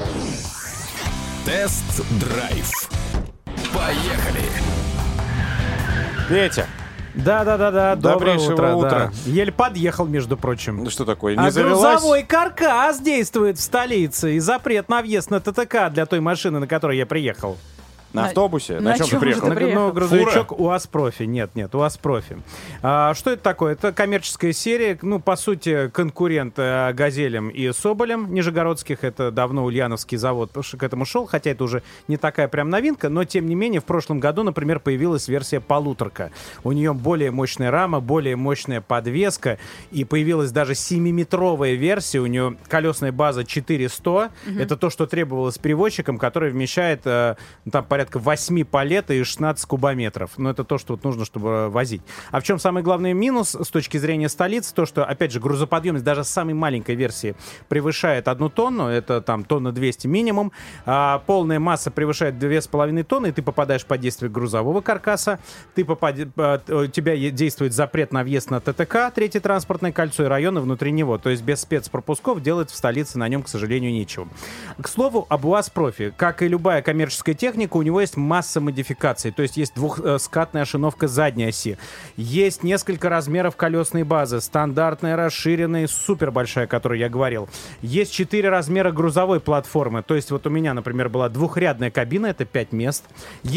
Тест-драйв. Поехали! Петя, Да-да-да-да, доброе Добрейшего утро. утра. Да. Еле подъехал, между прочим. ну что такое, не А завелась? грузовой каркас действует в столице, и запрет на въезд на ТТК для той машины, на которой я приехал. На На- автобусе? На, на чем ты чем же приехал? ты На- приехал? Ну, грузовичок УАЗ-профи. Нет, нет, УАЗ-профи. А, что это такое? Это коммерческая серия, ну, по сути, конкурент э, «Газелям» и «Соболем» нижегородских. Это давно Ульяновский завод к этому шел, хотя это уже не такая прям новинка, но, тем не менее, в прошлом году, например, появилась версия «Полуторка». У нее более мощная рама, более мощная подвеска, и появилась даже семиметровая версия. У нее колесная база четыре сто. Это то, что требовалось перевозчикам, который вмещает э, ну, там порядка восемь палет и шестнадцать кубометров. Но это то, что вот нужно, чтобы э, возить. А в чем самый главный минус с точки зрения столицы? То, что, опять же, грузоподъемность даже самой маленькой версии превышает одну тонну. Это там тонна двести минимум. А полная масса превышает две с половиной тонны, и ты попадаешь под действие грузового каркаса. Ты попад... У тебя е- действует запрет на въезд на ТТК, третье транспортное кольцо, и районы внутри него. То есть без спецпропусков делать в столице на нем, к сожалению, нечего. К слову, об УАЗ-профи. Как и любая коммерческая техника, у него есть масса модификаций. То есть есть двухскатная ошиновка задней оси. Есть несколько размеров колесной базы. Стандартная, расширенная, супер большая, о которой я говорил. Есть четыре размера грузовой платформы. То есть вот у меня, например, была двухрядная кабина, это пять мест. Есть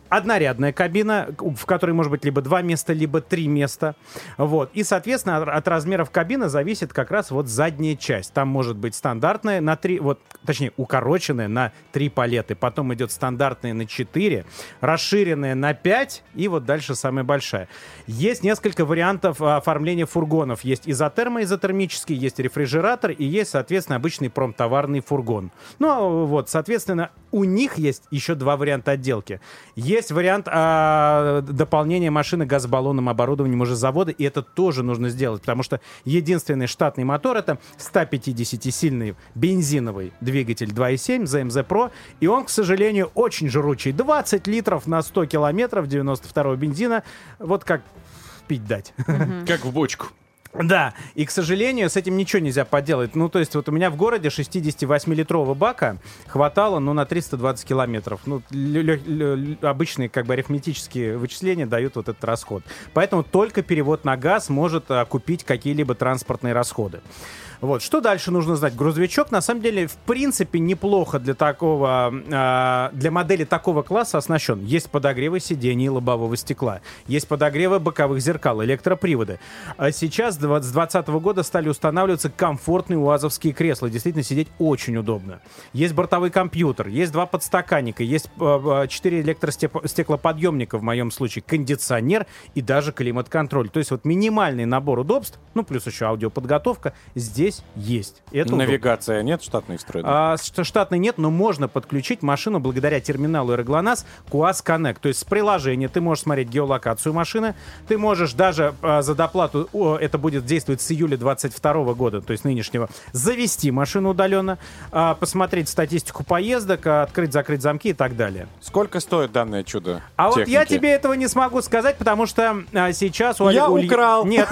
однорядная кабина, в которой может быть либо два места, либо три места. Вот. И, соответственно, от размеров кабины зависит как раз вот задняя часть. Там может быть стандартная на три, вот, точнее, укороченная на три палеты. Потом идет стандартная на четыре, расширенная на пять, и вот дальше самая большая. Есть несколько вариантов оформления фургонов. Есть изотермо, изотермический, есть рефрижератор и есть, соответственно, обычный промтоварный фургон. Ну, вот, соответственно, у них есть еще два варианта отделки. Есть вариант а, дополнения машины газобаллонным оборудованием уже с завода, и это тоже нужно сделать, потому что единственный штатный мотор — это сто пятидесятисильный бензиновый двигатель два и семь зэ эм зэ Pro, и он, к сожалению, очень жручий. двадцать литров на сто километров девяносто второго бензина, вот как пить дать. Как в бочку. Да, и, к сожалению, с этим ничего нельзя поделать. Ну, то есть вот у меня в городе шестидесятивосьмилитрового бака хватало, ну, на триста двадцать километров. Ну, лё- лё- лё- обычные, как бы, арифметические вычисления дают вот этот расход. Поэтому только перевод на газ может а, купить какие-либо транспортные расходы. Вот. Что дальше нужно знать? Грузовичок, на самом деле, в принципе, неплохо для такого, э, для модели такого класса оснащен. Есть подогревы сидений и лобового стекла. Есть подогревы боковых зеркал, электроприводы. А сейчас, с двадцатого года, стали устанавливаться комфортные уазовские кресла. Действительно, сидеть очень удобно. Есть бортовой компьютер, есть два подстаканника, есть четыре электростеклоподъемника, в моем случае, кондиционер и даже климат-контроль. То есть вот минимальный набор удобств, ну, плюс еще аудиоподготовка, здесь есть. Это навигация удобно. Нет штатной встроенной? А, штатной нет, но можно подключить машину благодаря терминалу AeroGLONASS к УАЗ Connect. То есть с приложения ты можешь смотреть геолокацию машины, ты можешь даже а, за доплату, о, это будет действовать с июля двадцать второго года, то есть нынешнего, завести машину удаленно, а, посмотреть статистику поездок, а, открыть-закрыть замки и так далее. Сколько стоит данное чудо А техники? вот я тебе этого не смогу сказать, потому что а, сейчас... У Я Уль... украл! Нет.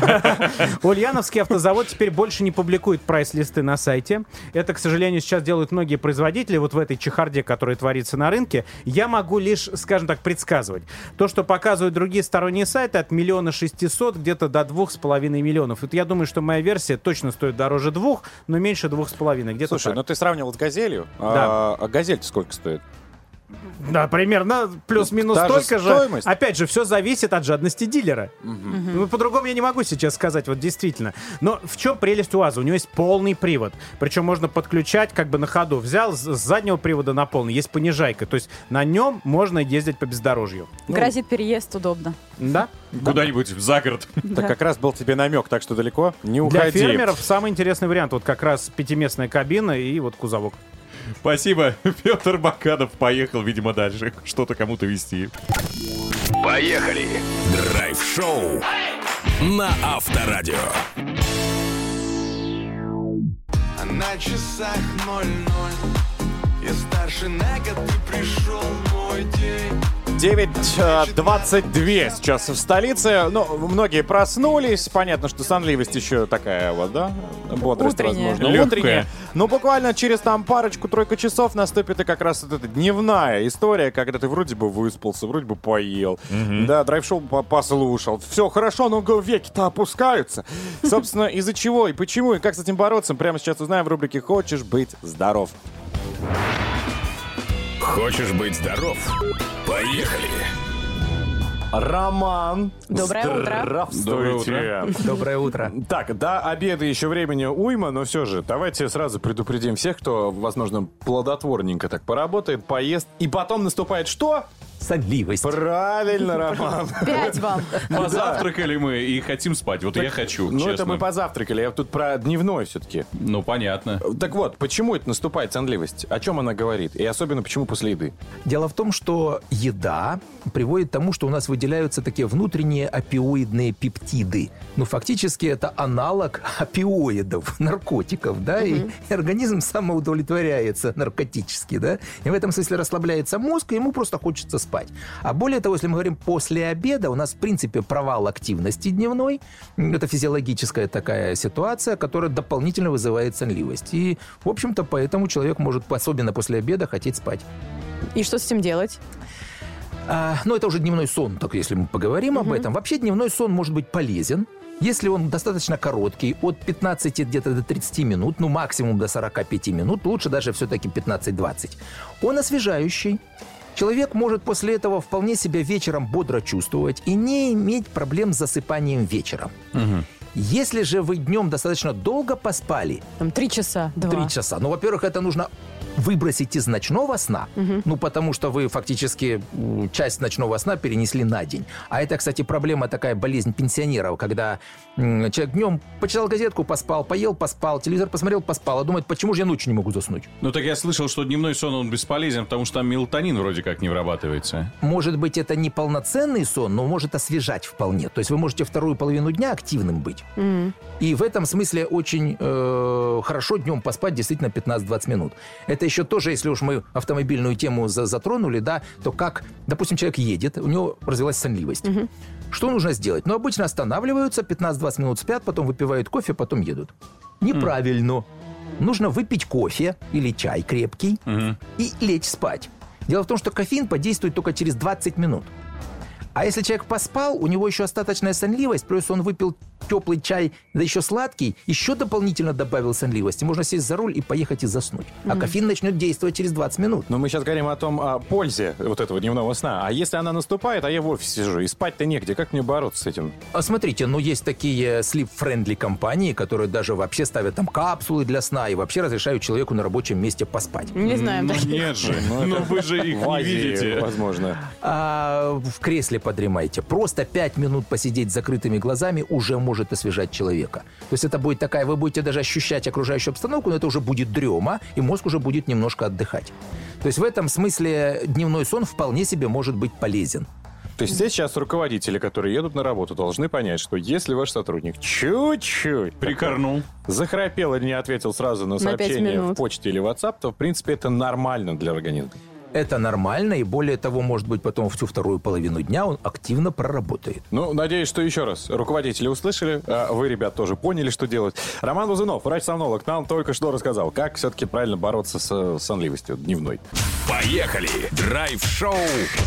Ульяновский автозавод теперь больше не публикует прайс-листы на сайте. Это, к сожалению, сейчас делают многие производители вот в этой чехарде, которая творится на рынке. Я могу лишь, скажем так, предсказывать. То, что показывают другие сторонние сайты, от миллиона шестисот где-то до двух с половиной миллионов. Вот я думаю, что моя версия точно стоит дороже двух, но меньше двух с половиной. Где-то Слушай, так. ну ты сравнивал с «Газелью». Да. А, а «Газель»-то сколько стоит? Да, примерно плюс-минус Та же столько же. стоимость. Опять же, все зависит от жадности дилера. Мгм. Ну, по-другому я не могу сейчас сказать, вот действительно. Но в чем прелесть УАЗа? У него есть полный привод. Причем можно подключать как бы на ходу. Взял с с заднего привода на полный. Есть понижайка. То есть на нем можно ездить по бездорожью. Грозит переезд, удобно. Да? Куда-нибудь за город. Так как раз был тебе намек, так что далеко не Для уходи. фермеров самый интересный вариант. Вот как раз пятиместная кабина и вот кузовок. Спасибо. Петр Баканов поехал, видимо, дальше. Что-то кому-то везти. Поехали! Драйв-шоу на Авторадио. На часах ноль-ноль. Я старше на год, ты пришел мой день. девять двадцать два сейчас в столице. Ну, многие проснулись. Понятно, что сонливость еще такая вот, да? Бодрость, Утренняя. возможно, Легкая. утренняя. Но буквально через там парочку-тройку часов наступит и как раз вот эта дневная история, когда ты вроде бы выспался, вроде бы поел. Да, драйв-шоу по- послушал. Все хорошо, но веки-то опускаются. Собственно, из-за чего и почему, и как с этим бороться, прямо сейчас узнаем в рубрике «Хочешь быть здоров». Хочешь быть здоров? Поехали! Роман. Доброе утро. Здравствуйте. Доброе утро. Так, до обеда еще времени уйма, но все же, давайте сразу предупредим всех, кто, возможно, плодотворненько так поработает, поест, и потом наступает что? Сонливость. Правильно, Роман. Пять вам. Позавтракали мы и хотим спать. Вот я хочу, Ну, честно. это мы позавтракали, я тут про дневной все-таки. Ну, понятно. Так вот, почему это наступает сонливость? О чем она говорит? И особенно, почему после еды? Дело в том, что еда приводит к тому, что у нас выделяются такие внутренние опиоидные пептиды. Ну, фактически это аналог опиоидов, наркотиков, да, и организм самоудовлетворяется наркотически, да, и в этом смысле расслабляется мозг, и ему просто хочется спать. А более того, если мы говорим после обеда, у нас, в принципе, провал активности дневной. Это физиологическая такая ситуация, которая дополнительно вызывает сонливость. И, в общем-то, поэтому человек может, особенно после обеда, хотеть спать. И что с этим делать? А, ну, это уже дневной сон, так если мы поговорим об этом. Вообще дневной сон может быть полезен, если он достаточно короткий, от пятнадцати где-то до тридцати минут, ну, максимум до сорока пяти минут, лучше даже все-таки пятнадцать-двадцать. Он освежающий. человек может после этого вполне себя вечером бодро чувствовать и не иметь проблем с засыпанием вечером. Угу. Если же вы днем достаточно долго поспали... Там три часа, два. Три часа. Ну, во-первых, это нужно выбросить из ночного сна, угу. ну, потому что вы фактически часть ночного сна перенесли на день. А это, кстати, проблема, такая болезнь пенсионеров, когда м, человек днем почитал газетку, поспал, поел, поспал, телевизор посмотрел, поспал, а думает, почему же я ночью не могу заснуть? Ну, так я слышал, что дневной сон, он бесполезен, потому что там мелатонин вроде как не вырабатывается. Может быть, это не полноценный сон, но может освежать вполне. То есть вы можете вторую половину дня активным быть. Mm. И в этом смысле очень э, хорошо днем поспать действительно пятнадцать-двадцать минут. Это еще тоже, если уж мы автомобильную тему за- затронули, да, то как, допустим, человек едет, у него развилась сонливость. Mm-hmm. Что нужно сделать? Ну, обычно останавливаются, пятнадцать-двадцать минут спят, потом выпивают кофе, потом едут. Неправильно. Mm. Нужно выпить кофе или чай крепкий mm-hmm. и лечь спать. Дело в том, что кофеин подействует только через двадцать минут. А если человек поспал, у него еще остаточная сонливость, плюс он выпил теплый чай, да еще сладкий, еще дополнительно добавил сонливости. Можно сесть за руль и поехать и заснуть. Mm-hmm. А кофеин начнет действовать через двадцать минут. Но мы сейчас говорим о том, о пользе вот этого дневного сна. А если она наступает, а я в офисе сижу, и спать-то негде, как мне бороться с этим? А смотрите, ну есть такие sleep-friendly компании, которые даже вообще ставят там капсулы для сна и вообще разрешают человеку на рабочем месте поспать. Не знаем, да? Нет же, ну вы же их не видите. Возможно. А в кресле подремайте. Просто пять минут посидеть с закрытыми глазами уже может освежать человека. То есть это будет такая, вы будете даже ощущать окружающую обстановку, но это уже будет дрема, и мозг уже будет немножко отдыхать. То есть в этом смысле дневной сон вполне себе может быть полезен. То есть здесь сейчас руководители, которые едут на работу, должны понять, что если ваш сотрудник чуть-чуть прикорнул, захрапел или не ответил сразу на сообщение в почте или WhatsApp, то в принципе это нормально для организма. Это нормально, и более того, может быть, потом всю вторую половину дня он активно проработает. Ну, надеюсь, что еще раз руководители услышали, а вы, ребят, тоже поняли, что делать. Роман Бузунов, врач-сомнолог, нам только что рассказал, как все-таки правильно бороться с сонливостью дневной. Поехали! Драйв-шоу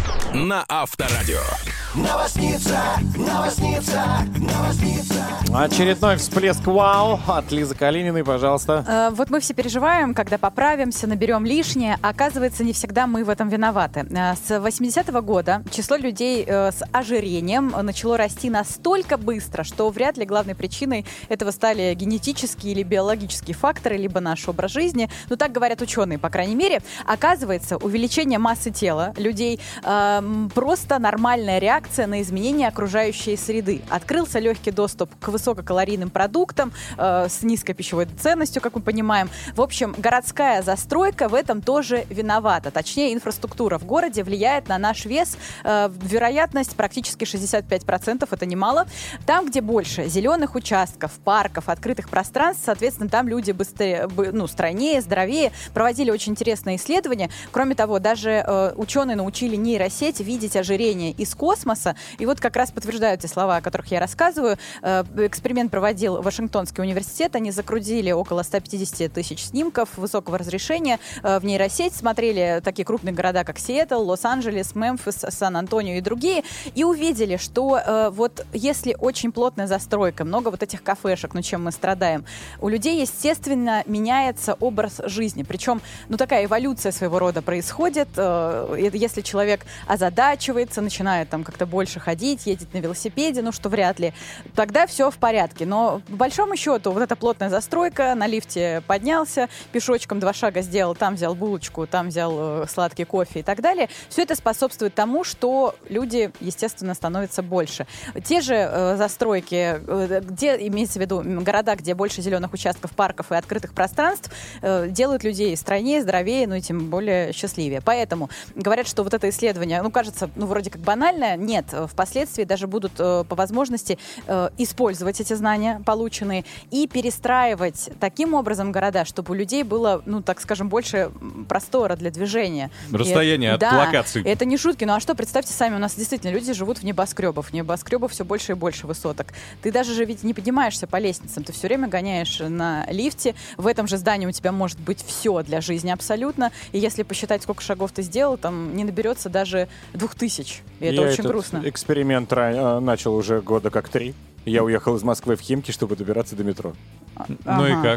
на Авторадио. Новосница, новосница, новосница. Очередной всплеск вау от Лизы Калининой, пожалуйста. Э, вот мы все переживаем, когда поправимся, наберем лишнее. Оказывается, не всегда мы в этом виноваты. Э, с восьмидесятого года число людей э, с ожирением начало расти настолько быстро, что вряд ли главной причиной этого стали генетические или биологические факторы, либо наш образ жизни. Ну, так говорят ученые, по крайней мере. Оказывается, увеличение массы тела людей э, просто нормальная реакция на изменения окружающей среды. Открылся легкий доступ к высококалорийным продуктам э, с низкой пищевой ценностью, как мы понимаем. В общем, городская застройка в этом тоже виновата. Точнее, инфраструктура в городе влияет на наш вес. Э, вероятность практически шестьдесят пять процентов, это немало. Там, где больше зеленых участков, парков, открытых пространств, соответственно, там люди быстрее, ну, стройнее, здоровее. Проводили очень интересные исследования. Кроме того, даже э, ученые научили нейросеть видеть ожирение из космоса. И вот как раз подтверждают те слова, о которых я рассказываю. Э, эксперимент проводил Вашингтонский университет. Они загрузили около ста пятидесяти тысяч снимков высокого разрешения э, в нейросеть. Смотрели такие крупные города, как Сиэтл, Лос-Анджелес, Мемфис, Сан-Антонио и другие. И увидели, что э, вот если очень плотная застройка, много вот этих кафешек, ну чем мы страдаем, у людей, естественно, меняется образ жизни. Причем, ну такая эволюция своего рода происходит. Э, если человек озадачивается, начинает там как-то больше ходить, едет на велосипеде, ну что вряд ли, тогда все в порядке. Но по большому счету вот эта плотная застройка, на лифте поднялся, пешочком два шага сделал, там взял булочку, там взял э, сладкий кофе и так далее. Все это способствует тому, что люди, естественно, становятся больше. Те же э, застройки, э, где, имеется в виду города, где больше зеленых участков, парков и открытых пространств, э, делают людей стройнее, здоровее, ну и тем более счастливее. Поэтому говорят, что вот это исследование, ну кажется, ну вроде как банальное. Нет, впоследствии даже будут э, по возможности э, использовать эти знания полученные и перестраивать таким образом города, чтобы у людей было, ну так скажем, больше простора для движения. Расстояние и, от да, локаций. Это не шутки, ну а что, представьте сами, у нас действительно люди живут в небоскребах, в небоскребах все больше и больше высоток. Ты даже же ведь не поднимаешься по лестницам, ты все время гоняешь на лифте, в этом же здании у тебя может быть все для жизни абсолютно, и если посчитать, сколько шагов ты сделал, там не наберется даже двух тысяч, и это Я очень этот грустно. Эксперимент ра- начал уже года как три. Я уехал из Москвы в Химки, чтобы добираться до метро. Ну и как?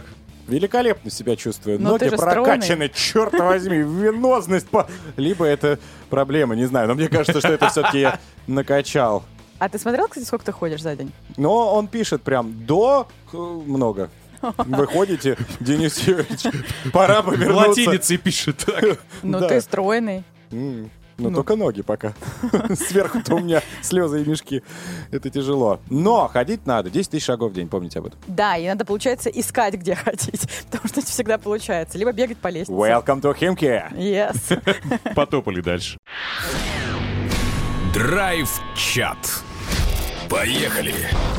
великолепно себя чувствую. Но ты Ноги же прокачаны, черт возьми, венозность. По... Либо это проблема, не знаю. Но мне кажется, что это все-таки я накачал. А ты смотрел, кстати, сколько ты ходишь за день? Но он пишет прям до э, много. Вы ходите, Денис Юрьевич, пора повернуться. Латиницей пишет так. Ну, Да. ты стройный. М, Ну, только ноги пока. Сверху-то у меня слезы и мешки. Это тяжело. Но ходить надо. десять тысяч шагов в день, помните об этом. Да, и надо, получается, искать, где ходить. Потому что не всегда получается. Либо бегать по лестнице. Welcome to Химки. Yes. Потопали дальше. Драйв-чат. Поехали.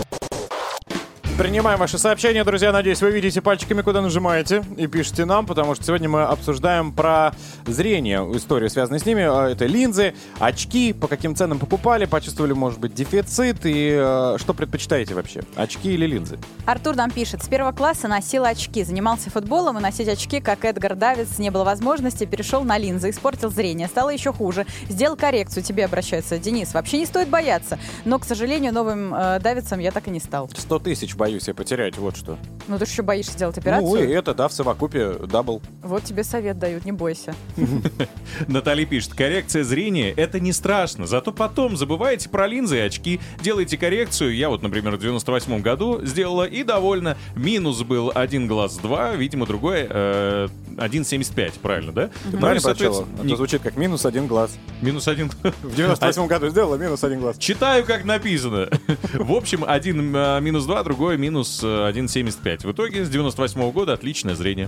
Принимаем ваши сообщения, друзья. Надеюсь, вы видите пальчиками, куда нажимаете, и пишите нам, потому что сегодня мы обсуждаем про зрение, историю, связанную с ними. Это линзы, очки, по каким ценам покупали, почувствовали, может быть, дефицит, и э, что предпочитаете вообще, очки или линзы? Артур нам пишет. С первого класса носил очки. Занимался футболом, и носить очки, как Эдгар Давидс, не было возможности. Перешел на линзы, испортил зрение. Стало еще хуже. Сделал коррекцию. Тебе обращается Денис. Вообще не стоит бояться. Но, к сожалению, новым э, Давидсом я так и не стал. сто тысяч боюсь я потерять, вот что. Ну ты же еще боишься делать операцию? Ну и это, да, в совокупе дабл. Вот тебе совет дают, не бойся. Наталья пишет, коррекция зрения — это не страшно, зато потом забываете про линзы и очки, делаете коррекцию. Я вот, например, в девяносто восьмом году сделала и довольна. Минус был один глаз два, видимо, другой э, один семьдесят пять, правильно, да? Ты Ну, и, правильно прочела? соответственно, А то звучит как минус один глаз. Минус один. В девяносто восьмом году сделала минус один глаз. Читаю, как написано. В общем, один э, минус два, другой минус э, один семьдесят пять. В итоге с девяносто восьмого года отличное зрение.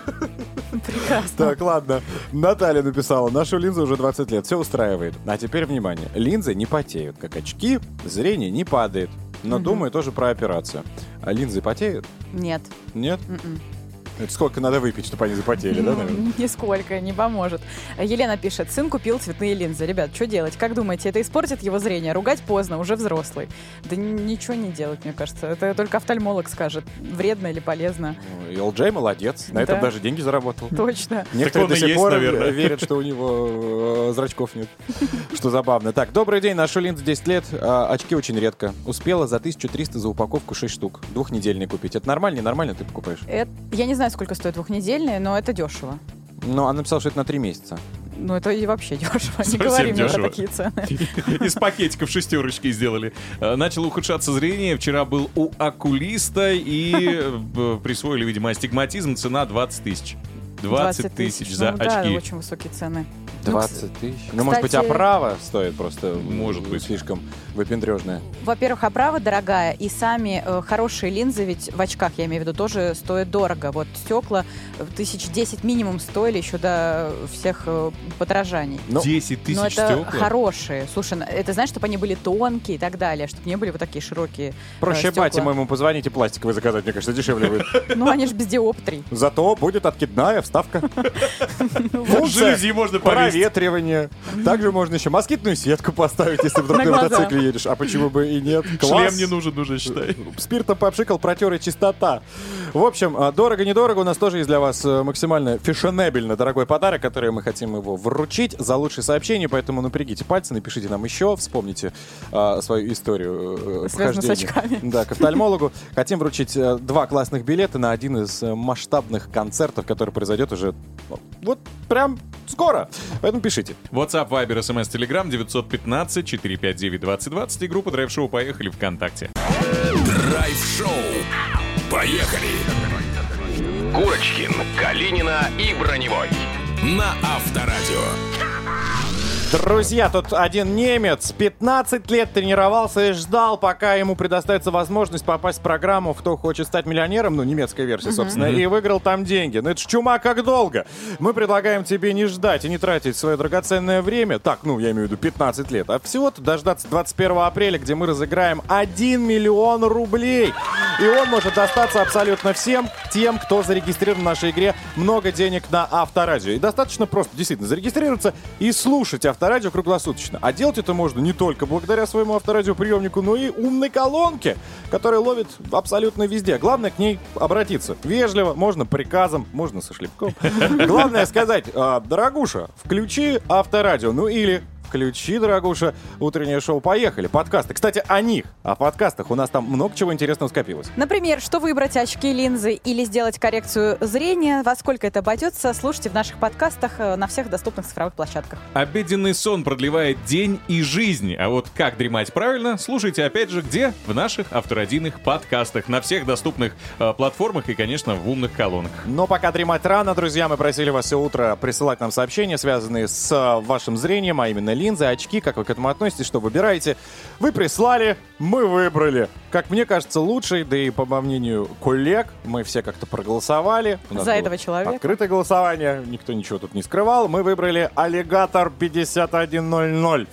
Прекрасно. Так, ладно. Наталья написала, ношу линзы уже двадцать лет, все устраивает. А теперь внимание. Линзы не потеют, как очки, зрение не падает. Но думаю тоже про операцию. А линзы потеют? Нет. Нет? М-м. Это сколько надо выпить, чтобы они запотели, да, наверное? Нисколько, не поможет. Елена пишет, сын купил цветные линзы. Ребят, что делать? Как думаете, это испортит его зрение? Ругать поздно, уже взрослый. Да ничего не делать, мне кажется. Это только офтальмолог скажет, вредно или полезно. И эл джей молодец, на этом Да. даже деньги заработал. Точно. Некоторые он до и сих есть, пор наверное. верят, что у него э, зрачков нет. Что забавно. Так, добрый день, ношу линзы десять лет, а очки очень редко. Успела за тысячу триста за упаковку шесть штук. Двухнедельные купить. Это нормально, ненормально ты покупаешь? Это- я не знаю, сколько стоит двухнедельные, но это дешево. Ну, она написала, что это на три месяца. Ну, это и вообще дешево. Не Совсем говори мне дешево. про такие цены. Из пакетиков шестерочки сделали. Э, Начало ухудшаться зрение. Вчера был у окулиста и э, присвоили, видимо, астигматизм. Цена двадцать тысяч. двадцать тысяч за Ну да, очки. очень высокие цены. двадцать тысяч. Ну, может быть, кстати- оправа стоит просто. Может быть. Слишком выпендрежная. Во-первых, оправа дорогая, и сами э, хорошие линзы, ведь в очках, я имею в виду, тоже стоят дорого. Вот стекла э, тысяч десять минимум стоили еще до всех э, подорожаний. Ну, десять тысяч Но это стекла? хорошие. Слушай, на- это знаешь, чтобы они были тонкие и так далее, чтобы не были вот такие широкие. Проще э, стекла. бате моему позвонить и пластиковый заказать, мне кажется, дешевле будет. Ну, они же без диоптрий. Зато будет откидная вставка. Функция Жалюзи можно повесить. проветривания. Также можно еще москитную сетку поставить, если вдруг На на глаза. мотоцикле едешь. А почему бы и нет? Класс. Шлем не нужен уже, считай. Спиртом попшикал, протер и чистота. В общем, а, дорого-недорого, у нас тоже есть для вас э, максимально фешенебельно дорогой подарок, который мы хотим его вручить за лучшее сообщение, поэтому напрягите пальцы, напишите нам еще, вспомните а, свою историю э, Связанную с похождения. очками. Да, к офтальмологу. Хотим вручить э, два классных билета на один из э, масштабных концертов, который произойдет уже ну, вот прям скоро. Поэтому пишите. WhatsApp, Viber, эс эм эс, Telegram девятьсот пятнадцать четыреста пятьдесят девять двадцать двадцать и группа Драйв Шоу «Поехали» ВКонтакте. Драйв-шоу. Поехали. Курочкин, Калинина и Броневой. На Авторадио. Друзья, тут один немец пятнадцать лет тренировался и ждал, пока ему предоставится возможность попасть в программу «Кто хочет стать миллионером», ну, немецкая версия, собственно, и выиграл там деньги. Ну, это ж чума как долго. Мы предлагаем тебе не ждать и не тратить свое драгоценное время, так, ну, я имею в виду пятнадцать лет, а всего-то дождаться двадцать первого апреля, где мы разыграем один миллион рублей. И он может достаться абсолютно всем тем, кто зарегистрирован в нашей игре «Много денег на Авторадио». И достаточно просто, действительно, зарегистрироваться и слушать Авторадио круглосуточно. А делать это можно не только благодаря своему авторадиоприемнику, но и умной колонке, которая ловит абсолютно везде. Главное к ней обратиться. Вежливо, можно приказом, можно со шлепком. Главное сказать: «А, дорогуша, включи Авторадио». Ну или: включи, дорогуша, утреннее шоу. Поехали. Подкасты. Кстати, о них. О подкастах. У нас там много чего интересного скопилось. Например, что выбрать, очки, линзы или сделать коррекцию зрения, во сколько это обойдется, слушайте в наших подкастах э, на всех доступных цифровых площадках. Обеденный сон продлевает день и жизнь. А вот как дремать правильно, слушайте опять же где? В наших авторадийных подкастах. На всех доступных э, платформах и, конечно, в умных колонках. Но пока дремать рано, друзья, мы просили вас все утро присылать нам сообщения, связанные с э, вашим зрением, а именно линзы, очки, как вы к этому относитесь, что выбираете. Вы прислали, мы выбрали. Как мне кажется, лучший, да и по мнению коллег, мы все как-то проголосовали. У нас За было этого человека. Открытое голосование, никто ничего тут не скрывал. Мы выбрали аллигатор пятьдесят один ноль ноль.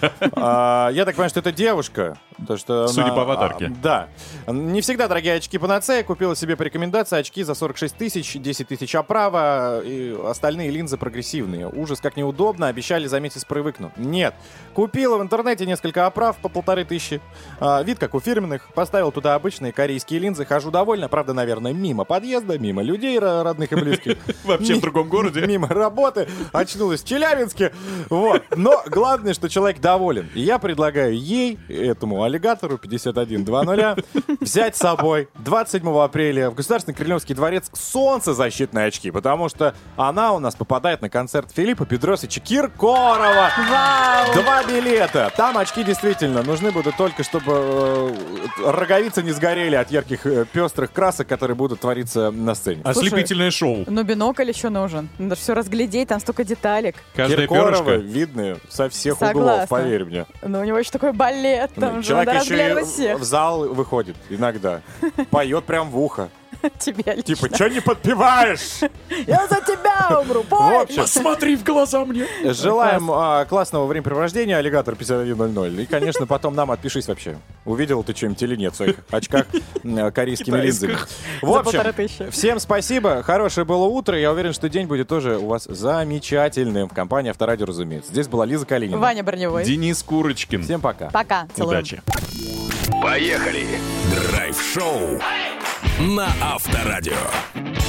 А, Я так понимаю, что это девушка. То, что Судя она- по аватарке. а, Да. Не всегда дорогие очки панацея. Купила себе по рекомендации очки за сорок шесть тысяч, десять тысяч оправа, и остальные линзы прогрессивные. Ужас, как неудобно. Обещали за месяц привыкну. Нет. Купила в интернете несколько оправ по полторы тысячи. А, Вид как у фирменных. Поставил туда обычные корейские линзы. Хожу довольно. Правда, наверное, мимо подъезда, мимо людей ро- родных и близких. Вообще в другом городе. Мимо работы. Очнулась в Челябинске. Вот. Но главное, что человек доволен. И я предлагаю ей, этому аллигатору пятьдесят один два ноль, взять с собой двадцать седьмого апреля в Государственный Кремлевский дворец солнцезащитные очки, потому что она у нас попадает на концерт Филиппа Бедросовича Киркорова. Вау! Два билета. Там очки действительно нужны будут только, чтобы э, роговицы не сгорели от ярких э, пестрых красок, которые будут твориться на сцене. Ослепительное шоу. Но бинокль еще нужен. Надо все разглядеть, там столько деталек. Каждая Киркоровы перышко. видны со всех Согласна. углов, поверь мне. Но у него еще такой балет, там Ну, же надо человек еще разглядывать и всех. в зал выходит иногда. Поет прям в ухо. Тебе лично. Типа, что не подпеваешь? Я за тебя умру, В пой! общем, Посмотри в глаза мне. желаем а, классного времяпрепровождения, аллигатор пятьдесят один ноль ноль. И, конечно, потом нам отпишись вообще. Увидел ты что-нибудь или нет в своих очках м, корейскими линзами. В За общем, полторы тысячи. всем спасибо. Хорошее было утро. Я уверен, что день будет тоже у вас замечательным. В компании Авторадио, разумеется. Здесь была Лиза Калинина. Ваня Броневой. Денис Курочкин. Всем пока. Пока. Целуем. Удачи. Поехали! Драйв-шоу на Авторадио.